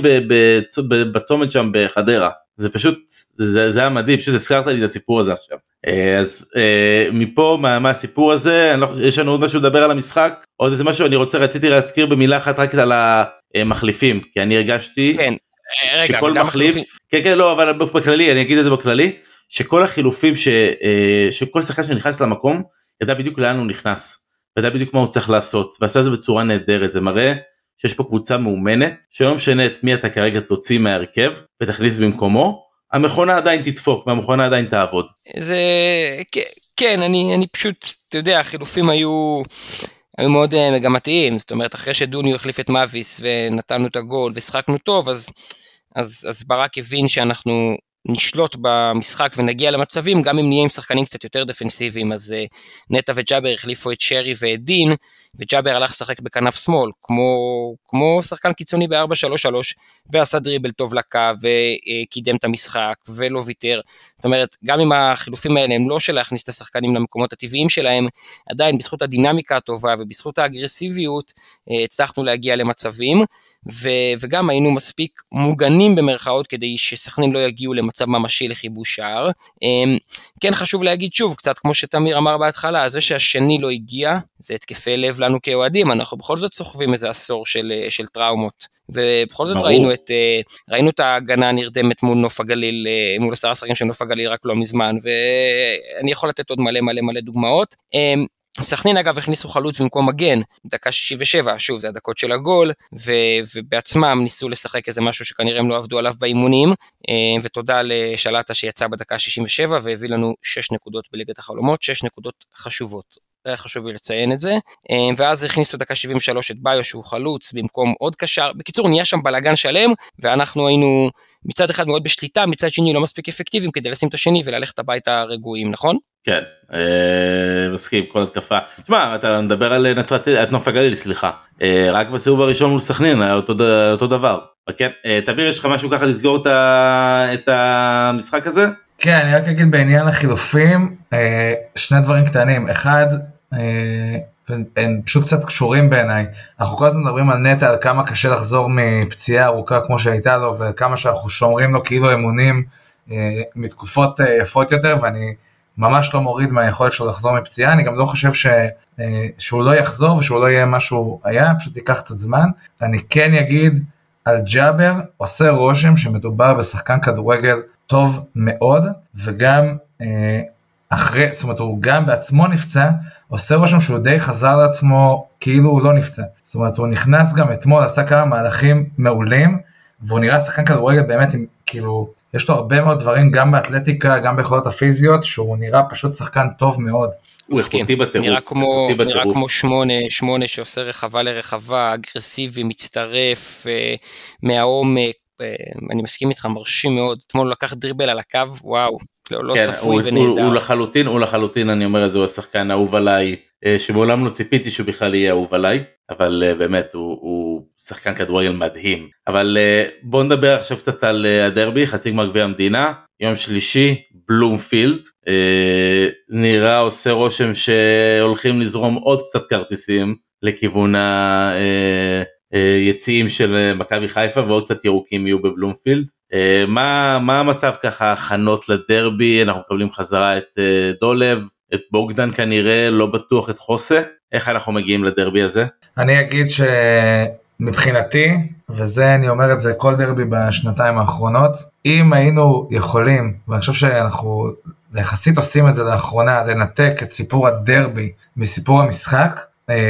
בצומת שם בחדרה, זה פשוט, זה, זה היה מדהים, פשוט הזכרת לי את הסיפור הזה עכשיו. אז מפה, מה, מה הסיפור הזה, לא, יש לנו עוד משהו לדבר על המשחק, עוד איזה משהו, אני רוצה, רציתי להזכיר במילה אחת רק על המחליפים, כי אני הרגשתי, כן. רגע, שכל מחליף, כן כן לא, אבל בכללי, אני אגיד את זה בכללי, שכל החילופים, ש, שכל שחקן שנכנס למקום, ידע בדיוק לאן הוא נכנס, ידע בדיוק מה הוא צריך לעשות, ועשה זה בצורה נהדרת, זה מראה שיש פה קבוצה מאומנת, שלא משנה את מי אתה כרגע תוציא מהרכב, ותכניס במקומו, המכונה עדיין תדפוק, והמכונה עדיין תעבוד. זה, כן, אני, אני פשוט, אתה יודע, החילופים היו... היו מאוד מגמתיים, זאת אומרת, אחרי שדוניו החליף את מאביס ונתנו את הגול ושחקנו טוב, אז, אז, אז ברק הבין שאנחנו נשלוט במשחק ונגיע למצבים, גם אם נהיה עם שחקנים קצת יותר דפנסיביים, אז נטה וג'אבר החליפו את שרי ואת דין, וג'אבר הלך לשחק בכנף שמאל, כמו, כמו שחקן קיצוני ב-ארבע שלוש שלוש, ועשה דריבל טוב לקו, וקידם את המשחק, ולא ויתר. זאת אומרת, גם אם החילופים האלה הם לא של להכניס את השחקנים למקומות הטבעיים שלהם, עדיין בזכות הדינמיקה הטובה, ובזכות האגרסיביות, הצלחנו להגיע למצבים, ו- וגם היינו מספיק מוגנים במרכאות, כדי שסכנין לא יגיעו למצב ממשי לכיבוש שער. כן חשוב להגיד שוב, קצת כמו שתמיר אמר בהתחלה, זה שהשני לא הגיע, זה התקפי לב לנו כאוהדים, אנחנו בכל זאת סוחבים איזה עשור של, של טראומות, ובכל זאת ראינו את, ראינו את ההגנה הנרדמת מול נוף הגליל, מול עשרה שחקנים של נוף הגליל רק לא מזמן, ואני יכול לתת עוד מלא מלא מלא דוגמאות. סכנין אגב הכניסו חלוץ במקום מגן, דקה שישים ושבע, שוב זה הדקות של הגול, ו- ובעצמם ניסו לשחק איזה משהו שכנראה הם לא עבדו עליו באימונים, ותודה לשלטה שיצא בדקה שישים ושבע, והביא לנו שש נקודות בליגת החלומות, שש נקודות חשובות. היה חשוב לי לציין את זה, ואז הכניסו דקה שבעים ושלוש את ביו שהוא חלוץ במקום עוד קשר, בקיצור נהיה שם בלגן שלם, ואנחנו היינו מצד אחד מאוד בשליטה, מצד שני לא מספיק אפקטיביים כדי לשים את השני וללכת הביתה רגועים, נכון? כן, מסכים, כל התקפה. תשמע, אתה מדבר על נצרת, את נוף הגליל, סליחה, רק בסיבוב הראשון מול סכנין, היה אותו דבר. כן, תמיר, יש לך משהו ככה לסגור את המשחק הזה? כן, אני רק אגיד בעניין החילופים, שני דברים קטנים. אחד, הם פשוט קצת קשורים בעיניי. אנחנו כל הזמן מדברים על נטע, על כמה קשה לחזור מפציעה ארוכה כמו שהייתה לו, וכמה שאנחנו שומרים לו כאילו אמונים מתקופות יפות יותר, ואני ממש לא מוריד מהיכולת שלו לחזור מפציעה. אני גם לא חושב ש... שהוא לא יחזור ושהוא לא יהיה משהו היה, פשוט ייקח קצת זמן. אני כן אגיד על ג'אבר, עושה רושם שמדובר בשחקן כדורגל טוב מאוד, וגם אחרי, זאת אומרת, הוא גם בעצמו נפצע, עושה רושם שהוא די חזר לעצמו כאילו הוא לא נפצע. זאת אומרת, הוא נכנס גם אתמול, עשה כמה מהלכים מעולים, והוא נראה שחקן כדורגל באמת, עם, כאילו, יש לו הרבה מאוד דברים, גם באתלטיקה, גם ביכולות הפיזיות, שהוא נראה פשוט שחקן טוב מאוד. הוא איכותי בטירוף. נראה כמו, נראה כמו שמונה, שמונה שעושה רחבה לרחבה, אגרסיבי, מצטרף, מהעומק, אני מסכים איתך, מרשים מאוד. אתמול הוא לקח דריבל על הקו, וואו, לא, לא כן, צפוי הוא, ונהדר. הוא, הוא לחלוטין, הוא לחלוטין, אני אומר, זה הוא השחקן אהוב עליי, שמעולם לא ציפיתי שהוא בכלל יהיה אהוב עליי, אבל באמת, הוא, הוא שחקן כדורגל מדהים. אבל בואו נדבר עכשיו קצת על הדרבי, חצי גמר גביע המדינה, יום שלישי, בלומפילד, נראה עושה רושם שהולכים לזרום עוד קצת כרטיסים, לכיוון ה... יציאים של מכבי חיפה ועוד קצת ירוקים יהיו בבלומפילד. מה, מה המצב ככה, הכנות לדרבי, אנחנו מקבלים חזרה את דולב, את בוגדן כנראה, לא בטוח את חוסה, איך אנחנו מגיעים לדרבי הזה? אני אגיד שמבחינתי, וזה אני אומר את זה כל דרבי בשנתיים האחרונות, אם היינו יכולים, ואני חושב שאנחנו יחסית עושים את זה לאחרונה, לנתק את סיפור הדרבי מסיפור המשחק,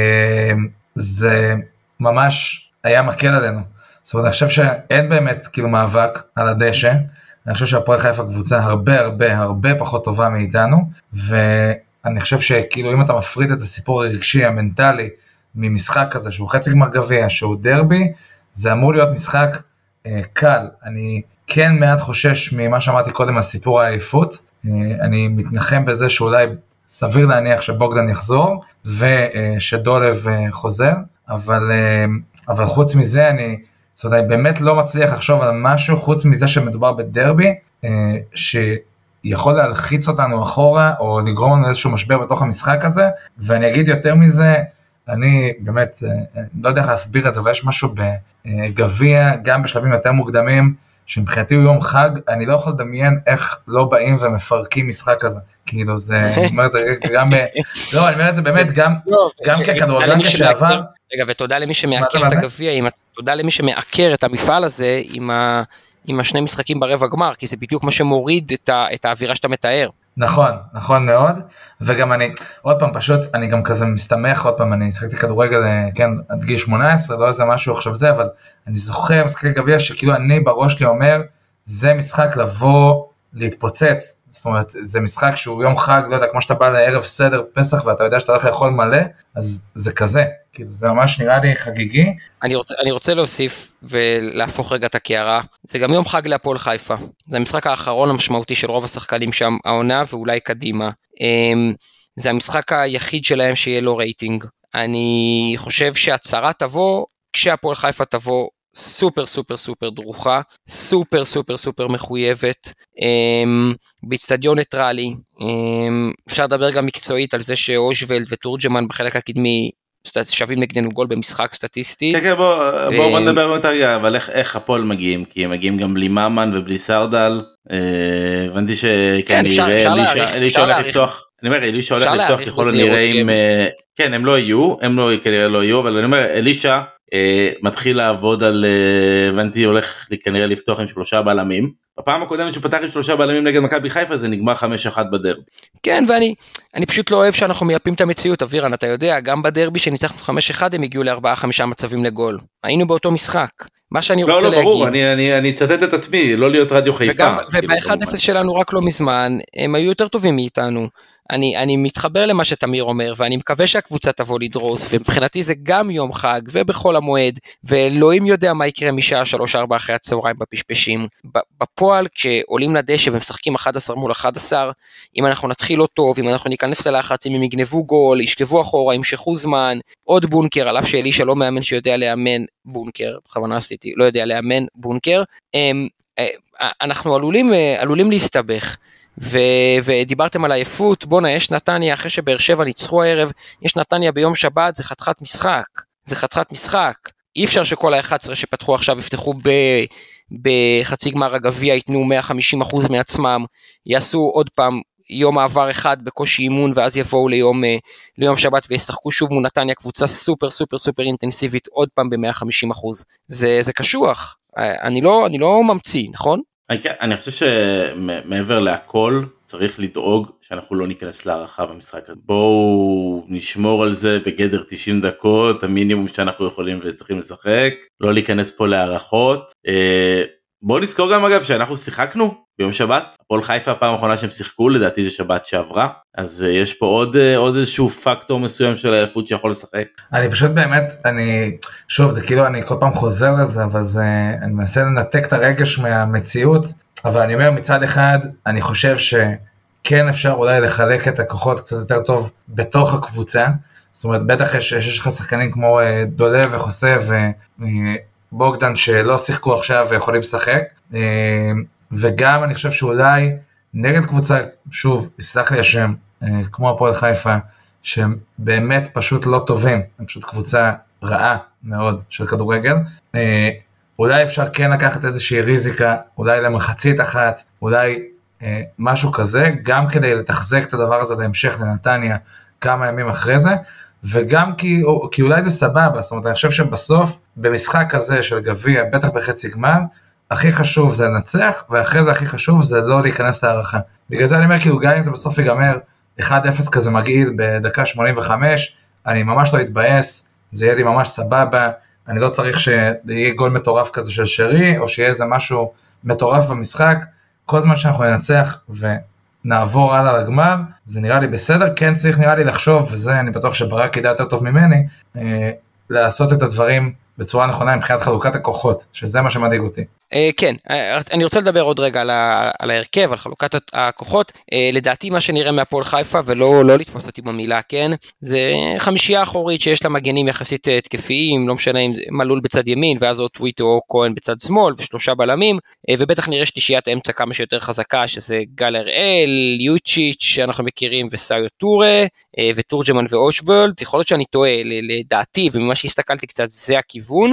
זה ממש היה מקל עלינו. זאת אומרת, אני חושב שאין באמת כאילו מאבק על הדשא, אני חושב שהפועל חיפה קבוצה הרבה הרבה הרבה פחות טובה מאיתנו, ואני חושב שכאילו אם אתה מפריד את הסיפור הרגשי, המנטלי, ממשחק כזה שהוא חצי גמר גביע, שהוא דרבי, זה אמור להיות משחק אה, קל. אני כן מעט חושש ממה שאמרתי קודם על סיפור העייפות, אה, אני מתנחם בזה שאולי סביר להניח שבוגדן יחזור, ושדולב אה, חוזר, אבל, אבל חוץ מזה אני, זאת אומרת, אני באמת לא מצליח לחשוב על משהו, חוץ מזה שמדובר בדרבי, שיכול להלחיץ אותנו אחורה, או לגרום לנו איזשהו משבר בתוך המשחק הזה, ואני אגיד יותר מזה, אני באמת לא יודע איך להסביר את זה, אבל יש משהו בגביע, גם בשלבים יותר מוקדמים, שמבחינתי הוא יום חג, אני לא יכול לדמיין איך לא באים ומפרקים משחק כזה. כאילו זה, אני אומר את זה גם, לא, אני אומר את זה באמת גם, גם ככדורגלן לשעבר. רגע, ותודה למי שמעקר את הגביע, תודה למי שמעקר את המפעל הזה עם השני משחקים ברבע גמר, כי זה בדיוק מה שמוריד את האווירה שאתה מתאר. נכון, נכון מאוד, וגם אני, עוד פעם פשוט, אני גם כזה מסתמך, עוד פעם, אני שחקתי כדורגל, כן, עד גיל שמונה עשרה, לא איזה משהו עכשיו זה, אבל אני זוכר משחקי גביע שכאילו אני בראש שלי אומר, זה משחק לבוא, להתפוצץ, זאת אומרת, זה משחק שהוא יום חג, לא יודע, כמו שאתה בא לערב סדר פסח, ואתה יודע שאתה הולך לאכול מלא, אז זה כזה, כאילו, זה ממש נראה לי חגיגי. אני רוצה, אני רוצה להוסיף ולהפוך רגע את הקערה, זה גם יום חג להפועל חיפה, זה המשחק האחרון המשמעותי של רוב השחקנים שם, העונה ואולי קדימה, זה המשחק היחיד שלהם שיהיה לו רייטינג, אני חושב שהצהרה תבוא, כשהפועל חיפה תבוא, סופר סופר סופר דרוכה, סופר סופר סופר מחויבת, באצטדיון ניטרלי, אפשר לדבר גם מקצועית על זה שאושבלד וטורג'מן בחלק הקדמי שווים נגדנו גול במשחק סטטיסטי. כן, כן, בואו נדבר יותר, אבל איך הפועל מגיעים, כי הם מגיעים גם בלי ממן ובלי סרדל, הבנתי שכנראה אלישע הולך לפתוח, אני אומר, אלישע הולך לפתוח ככל הנראה עם, כן, הם לא יהיו, הם לא כנראה לא יהיו, אבל אני אומר, אלישע, מתחיל לעבוד על, הבנתי, הולך כנראה לפתוח עם שלושה בלמים. בפעם הקודמת שפתח עם שלושה בלמים נגד מכבי חיפה, זה נגמר חמש אחת בדרבי. כן, ואני אני פשוט לא אוהב שאנחנו מייפים את המציאות, אבירן, אתה יודע, גם בדרבי שניצחנו חמש אחת, הם הגיעו לארבעה חמישה מצבים לגול. היינו באותו משחק. מה שאני רוצה להגיד... לא, לא, ברור, אני, אני, אני אצטט את עצמי, לא להיות רדיו חיפה. וב-אחד אפס שלנו רק לא מזמן, הם היו יותר טובים מאיתנו. אני, אני מתחבר למה שתמיר אומר, ואני מקווה שהקבוצה תבוא לדרוס, ומבחינתי זה גם יום חג, ובכל המועד, ואלוהים יודע מה יקרה משעה שלוש ארבע אחרי הצהריים בפשפשים. בפועל, כשעולים לדשא ומשחקים אחד עשר מול אחד עשר, אם אנחנו נתחיל לא טוב, אם אנחנו ניכנס ללחץ, אם הם יגנבו גול, ישכבו אחורה, ימשכו זמן, עוד בונקר, על אף שאלישע לא מאמן שיודע לאמן בונקר, בכוונה עשיתי, לא יודע לאמן בונקר, אנחנו עלולים, עלולים להסתבך. ו- ודיברתם על העייפות, בונה, יש נתניה, אחרי שבאר שבע ניצחו הערב, יש נתניה ביום שבת, זה חתיכת משחק, זה חתיכת משחק, אי אפשר שכל ה-אחד עשרה שפתחו עכשיו, יפתחו ב- בחצי גמר הגביע, ייתנו מאה וחמישים אחוז מעצמם, יעשו עוד פעם יום מעבר אחד בקושי אימון, ואז יבואו ליום, ליום שבת, וישחקו שוב מול נתניה, קבוצה סופר סופר סופר אינטנסיבית, עוד פעם ב-מאה וחמישים אחוז, זה, זה קשוח, אני לא, אני לא ממציא, נכון? אני חושב שמעבר להכל צריך לדאוג שאנחנו לא ניכנס להערכה במשחק הזה. בואו נשמור על זה בגדר תשעים דקות, המינימום שאנחנו יכולים וצריכים לשחק, לא להיכנס פה להערכות. בואו נזכור גם אגב שאנחנו שיחקנו ביום שבת, הפועל חיפה הפעם האחרונה שהם שיחקו, לדעתי זה שבת שעברה, אז יש פה עוד, עוד איזשהו פקטור מסוים של העייפות שיכול לשחק. אני פשוט באמת, אני, שוב זה כאילו אני כל פעם חוזר לזה, אבל זה, אני מנסה לנתק את הרגש מהמציאות, אבל אני אומר מצד אחד, אני חושב שכן אפשר אולי לחלק את הכוחות קצת יותר טוב בתוך הקבוצה, זאת אומרת בטח יש, יש לך שחקנים כמו דולה וחוסה ובוגדן שלא שיחקו עכשיו ויכולים לשחק, וגם אני חושב שאולי נגד קבוצה, שוב, יסלח לי השם, כמו הפועל חיפה, שהם באמת פשוט לא טובים, הם פשוט קבוצה רעה מאוד של כדורגל, אולי אפשר כן לקחת איזושהי ריזיקה, אולי למחצית אחת, אולי משהו כזה, גם כדי לתחזק את הדבר הזה להמשך לנתניה כמה ימים אחרי זה, וגם כי, כי אולי זה סבבה, זאת אומרת, אני חושב שבסוף, במשחק כזה של גביע, בטח בחצי גמר, הכי חשוב זה לנצח, ואחרי זה הכי חשוב זה לא להיכנס להערכה. בגלל זה אני אומר, כאילו גם אם זה בסוף ייגמר אחד אפס כזה מגעיל בדקה שמונים וחמש, אני ממש לא אתבאס, זה יהיה לי ממש סבבה, אני לא צריך שיהיה גול מטורף כזה של שרי, או שיהיה איזה משהו מטורף במשחק, כל זמן שאנחנו ננצח ונעבור הלאה לגמר, זה נראה לי בסדר, כן צריך נראה לי לחשוב, וזה אני בטוח שברק ידע יותר טוב ממני, לעשות את הדברים בצורה נכונה מבחינת חלוקת הכוחות, שזה מה שמדאיג אותי. כן, אני רוצה לדבר עוד רגע על ההרכב, על חלוקת הכוחות. לדעתי מה שנראה מהפועל חיפה, ולא לתפוס אותי במילה, כן, זה חמישייה אחורית שיש לה מגנים יחסית תקפיים, לא משנה אם מלול בצד ימין, ואז או טוויטו או כהן בצד שמאל, ושלושה בלמים, ובטח נראה שלישיית האמצע כמה שיותר חזקה, שזה גל הראל, יוצ'יץ' שאנחנו מכירים, וסאיו טורה, וטורג'מן ואושבולט. יכול להיות שאני טועה, לדעתי, וממה שהסתכלתי קצת, זה הכיוון.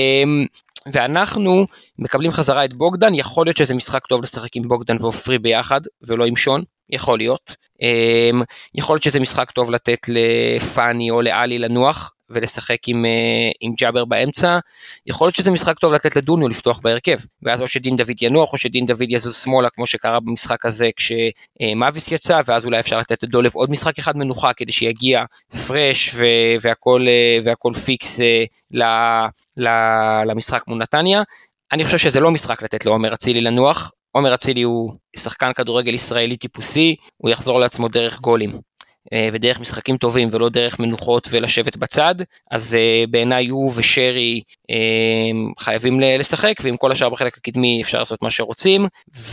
ואנחנו מקבלים חזרה את בוגדן, יכול להיות שזה משחק טוב לשחק עם בוגדן ואופרי ביחד, ולא עם שון, יכול להיות. יכול להיות שזה משחק טוב לתת לפני או לאלי לנוח, ולשחק עם, עם ג'אבר באמצע. יכול להיות שזה משחק טוב לתת לדוניו לפתוח בהרכב, ואז או שדין דוד ינוח, או שדין דוד יזוז שמאלה, כמו שקרה במשחק הזה, כשמאביס יצא, ואז אולי אפשר לתת לדולב עוד משחק אחד מנוחה, כדי שיגיע פרש, והכל, והכל פיקס ל, ל, למשחק מול נתניה. אני חושב שזה לא משחק לתת לעומר אצילי לנוח. עומר אצילי הוא שחקן כדורגל ישראלי טיפוסי, הוא יחזור לעצמו דרך גולים. ודרך משחקים טובים ולא דרך מנוחות ולשבת בצד, אז בעיניי הוא ושרי חייבים לשחק, ועם כל השאר בחלק הקדמי אפשר לעשות מה שרוצים,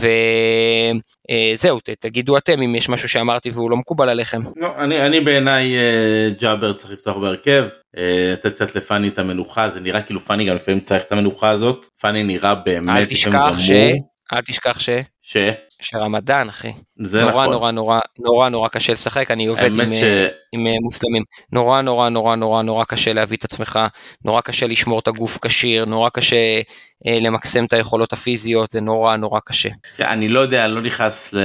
וזהו, תגידו אתם אם יש משהו שאמרתי והוא לא מקובל עליכם. לא, אני, אני בעיניי ג'אבר צריך לפתוח בהרכב, לתת קצת לפני את המנוחה, זה נראה כאילו פני גם לפעמים צריך את המנוחה הזאת, פני נראה באמת אל תשכח ש... אל תשכח ש... ש... שרמדאן, אחי. זה נורא, נכון. נורא, נורא, נורא, נורא קשה לשחק, אני עובד עם, ש... עם מוסלמים. נורא, נורא, נורא, נורא, נורא קשה להביא את עצמך, נורא קשה לשמור את הגוף כשיר, נורא קשה אה, למקסם את היכולות הפיזיות, זה נורא, נורא קשה. אני לא יודע, אני לא נכנס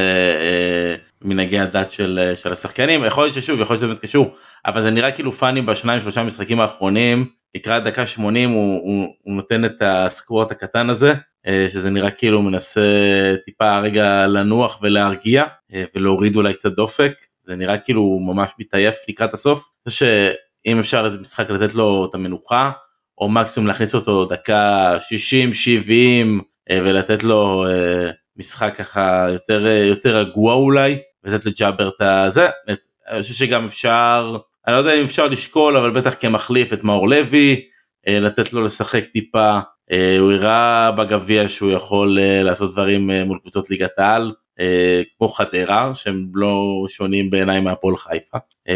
למנהגי הדת של, של השחקנים, יכול להיות ששוב, יכול להיות שזה באמת קשור, אבל זה נראה כאילו פני בשניים, שלושה משחקים האחרונים, לקראת דקה שמונים, הוא, הוא, הוא נותן את הסקוורט הקטן הזה, שזה נראה כאילו הוא מנסה טיפה רגע לנוח ולהרגיע, ולהוריד אולי קצת דופק, זה נראה כאילו הוא ממש מתעייף לקראת הסוף, זה שאם אפשר את משחק לתת לו את המנוחה, או מקסימום להכניס אותו דקה שישים שבעים, ולתת לו משחק ככה יותר, יותר רגוע אולי, ולתת לג'אבר את הזה, אני חושב שגם אפשר, אני לא יודע אם אפשר לשקול, אבל בטח כמחליף את מאור לוי, לתת לו לשחק טיפה, הוא הראה בגביע שהוא יכול לעשות דברים מול קבוצות ליגת העל, כמו חדרה, שהם לא שונים בעיניי מהפועל חיפה.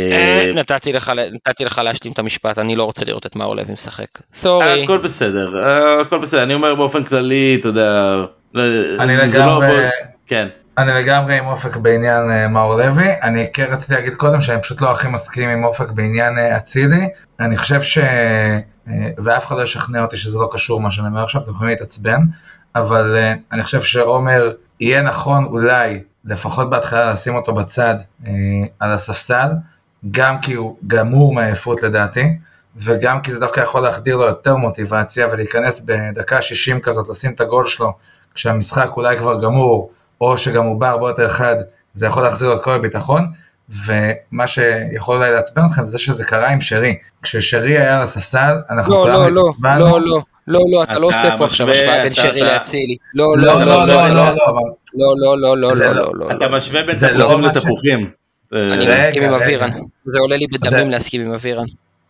נתתי לך, נתתי לך להשלים את המשפט, אני לא רוצה לראות את מאור לוי משחק. סורי. הכל בסדר, הכל בסדר, אני אומר באופן כללי, אתה יודע, אני לגמרי, כן. אני לגמרי עם אופק בעניין מאור לוי, אני כן רציתי להגיד קודם שאני פשוט לא הכי מסכים עם אופק בעניין אצילי, אני חושב ש... ואף אחד לא ישכנע אותי שזה לא קשור מה שאני אומר עכשיו, אתם יכולים להתעצבן, אבל אני חושב שעומר יהיה נכון אולי, לפחות בהתחלה לשים אותו בצד על הספסל, גם כי הוא גמור מעייפות לדעתי, וגם כי זה דווקא יכול להחדיר לו יותר מוטיבציה, ולהיכנס בדקה שישים כזאת, לשים את הגול שלו, כשהמשחק אולי כבר גמור, או שגם הוא בא הרבה יותר חד, זה יכול להחזיר לו את כל הביטחון, ומה שיכול אולי להצבן אתכם, זה שזה קרה עם שרי. כששרי היה על הספסל, אנחנו לא, לא, לא, לא, לא, לא, לא, אתה לא עושה פה עכשיו השוואה בין שרי להצילי. לא, לא, לא, לא, לא, לא, לא, לא, לא, לא, לא, לא. אתה משווה בין תפוחים לתפוחים. אני מסכים עם אבירן. זה עולה לי בדמים להסכים עם אבירן.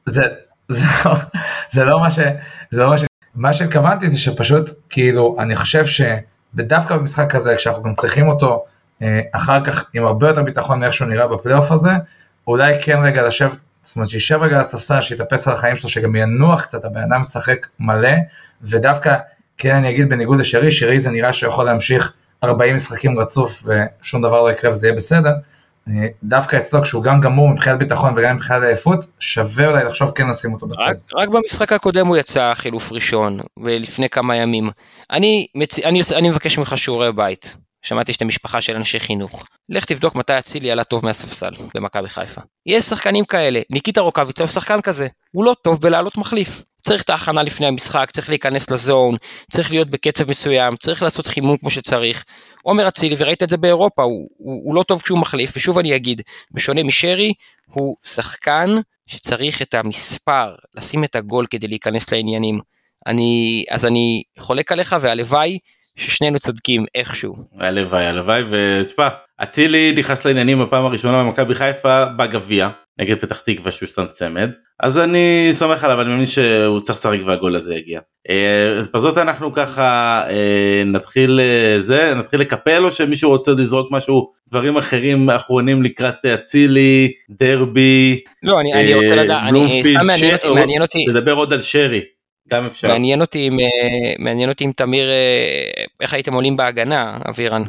זה לא מה ש... מה שהתכוונתי זה שפשוט, כאילו, אני חושב שדווקא במשחק כזה, כשאנחנו גם צריכים אותו, אחר כך עם הרבה יותר ביטחון מאיך שהוא נראה בפלייאוף הזה, אולי כן רגע לשבת, זאת אומרת שישב רגע לספסל, שיתאפס על החיים שלו, שגם ינוח קצת, הבן אדם משחק מלא, ודווקא, כן אני אגיד בניגוד לשרי, שרי זה נראה שיכול להמשיך ארבעים משחקים רצוף, ושום דבר לא יקרה וזה יהיה בסדר, דווקא אצלו כשהוא גם גמור מבחינת ביטחון וגם מבחינת העייפות, שווה אולי לחשוב כן נשים אותו בצד. רק, רק במשחק הקודם הוא יצא חילוף ראשון, ולפני כמה ימים. אני, מצ... אני, אני מבקש ממך שיעורי בית. שמעתי שאתה משפחה של אנשי חינוך. לך תבדוק מתי אצילי עלה טוב מהספסל במכבי חיפה. יש שחקנים כאלה, ניקיטה רוקאביצה הוא שחקן כזה, הוא לא טוב בלעלות מחליף. צריך את ההכנה לפני המשחק, צריך להיכנס לזון, צריך להיות בקצב מסוים, צריך לעשות חימום כמו שצריך. עומר אצילי, וראית את זה באירופה, הוא, הוא, הוא לא טוב כשהוא מחליף, ושוב אני אגיד, בשונה משרי, הוא שחקן שצריך את המספר, לשים את הגול כדי להיכנס לעניינים. אני, אז אני חולק עליך והלוואי, ששנינו צודקים איכשהו. הלוואי, הלוואי, ותשפע, אצילי נכנס לעניינים בפעם הראשונה במכבי חיפה בגביע, נגד פתח תקווה שהוא שם צמד, אז אני סומך עליו, אני מאמין שהוא צריך לשחק והגול הזה יגיע. אז בזאת אנחנו ככה נתחיל זה, נתחיל לקפל, או שמישהו רוצה לזרוק משהו, דברים אחרים אחרונים לקראת אצילי, דרבי, לא, אני, אני רוצה לדעת, אני סתם מעניין אותי, מעניין אותי. לדבר עוד על שרי, גם אפשר. מעניין אותי, מעניין אותי עם תמיר, איך הייתם עולים בהגנה, אבירן?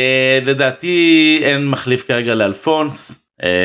לדעתי אין מחליף כרגע לאלפונס,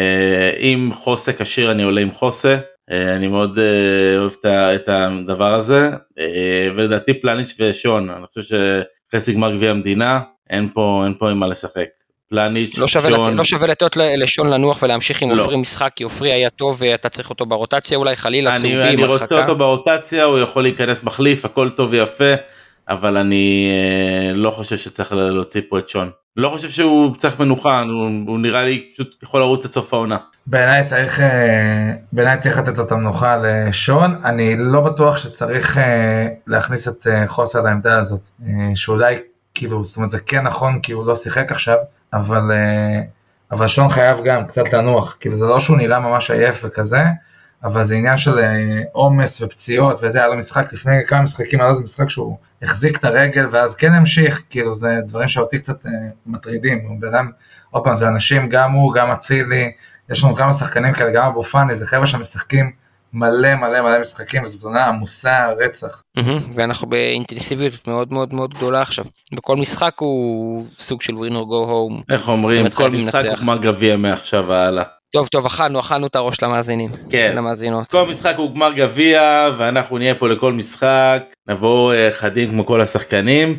עם חוסה קשיר אני עולה עם חוסה, אני מאוד אוהב את הדבר הזה, ולדעתי פלניץ' ושון, אני חושב שחצי גמר גביע המדינה, אין פה, אין פה עם מה לשחק. פלניץ', לא שווה, שון. לת... לא שווה לתות לשון לנוח ולהמשיך עם אופרי משחק, כי אופרי היה טוב ואתה צריך אותו ברוטציה, אולי חלילה צהובים, אני הרחקה. רוצה אותו ברוטציה, הוא יכול להיכנס מחליף, הכל טוב ויפה, אבל אני אה, לא חושב שצריך להוציא פה את שון. לא חושב שהוא צריך מנוחה, הוא, הוא נראה לי פשוט יכול לרוץ את סוף העונה. בעיניי צריך, בעיניי צריך לתת אותה מנוחה לשון, אני לא בטוח שצריך להכניס את חוסה לעמדה הזאת, שאולי כאילו, זאת אומרת זה כן נכון כי הוא לא שיחק עכשיו, אבל, אבל שון חייב גם קצת לנוח, כאילו זה לא שהוא נראה ממש עייף וכזה, אבל זה עניין של עומס ופציעות, וזה היה לו משחק לפני כמה משחקים, היה לו משחק שהוא החזיק את הרגל, ואז כן המשיך, כאילו זה דברים שאותי קצת מטרידים, הוא בדם, עוד פעם, זה אנשים, גם הוא, גם אצילי, יש לנו כמה שחקנים כאלה, גם אבו פאני, זה חבר'ה שמשחקים מלא מלא מלא משחקים, וזאת עונה עמוסה, רצח. ואנחנו באינטנסיביות מאוד מאוד מאוד גדולה עכשיו, וכל משחק הוא סוג של winner go home. איך אומרים, כל משחק הוא גמר גביע מעכשיו והלאה. טוב, טוב, אכלנו, אכלנו את הראש למאזינים. כן. למאזינות. כל משחק הוא גמר גביע, ואנחנו נהיה פה לכל משחק, נבוא חדים כמו כל השחקנים,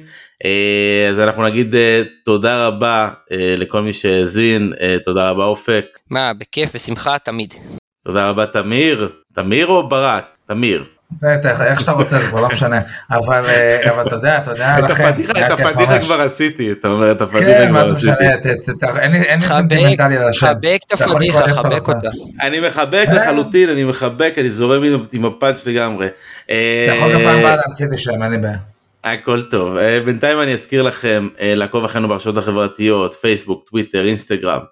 אז אנחנו נגיד תודה רבה לכל מי שהזין, תודה רבה אופק. מה, בכיף, בשמחה, תמיד. תודה רבה תמיר, תמיר או ברק? תמיר. איך שאתה רוצה, זה כבר לא משנה, אבל אתה יודע, אתה יודע לכם. את הפדיחה כבר עשיתי, אתה אומר, את הפדיחה כן, כבר מה זה משנה, אין לי סנטימנטלי על השם. חבק את הפדיחה, חבק אותה. אני מחבק לחלוטין, אני מחבק, אני זורם עם הפאנץ' לגמרי. אתה יכול גם פעם באה להמציא לי שם, אין לי בעיה. הכל טוב, בינתיים אני אזכיר לכם לעקוב אחרינו ברשתות החברתיות, פייסבוק, טוויטר, אינסטגרם,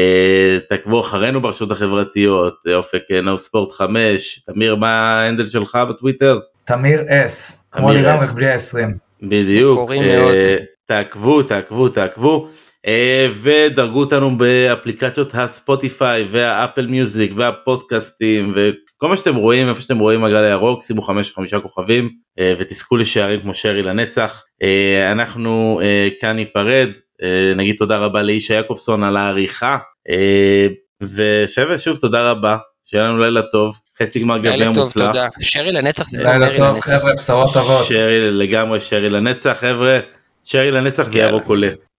תעקבו אחרינו ברשתות החברתיות, אופק נאו ספורט חמש, תמיר מה האנדל שלך בטוויטר? תמיר אס, כמו לירם רק בלי ה-עשרים. בדיוק, תעקבו, תעקבו, תעקבו, ודרגו אותנו באפליקציות הספוטיפיי והאפל מיוזיק והפודקאסטים וכל מה שאתם רואים, איפה שאתם רואים הגל הירוק, שימו חמש חמישה כוכבים ותזכו לשערים כמו שרי לנצח. אנחנו כאן ניפרד, נגיד תודה רבה לאישה יעקובסון על העריכה, ושווה שוב תודה רבה, שיהיה לנו לילה טוב, חצי גמר גביע מוצלח. תודה, שרי לנצח זה לילה טוב חבר'ה, בשורות טובות. שרי לגמרי, שרי לנצח חבר'ה, שרי לנצח וירוק עולה.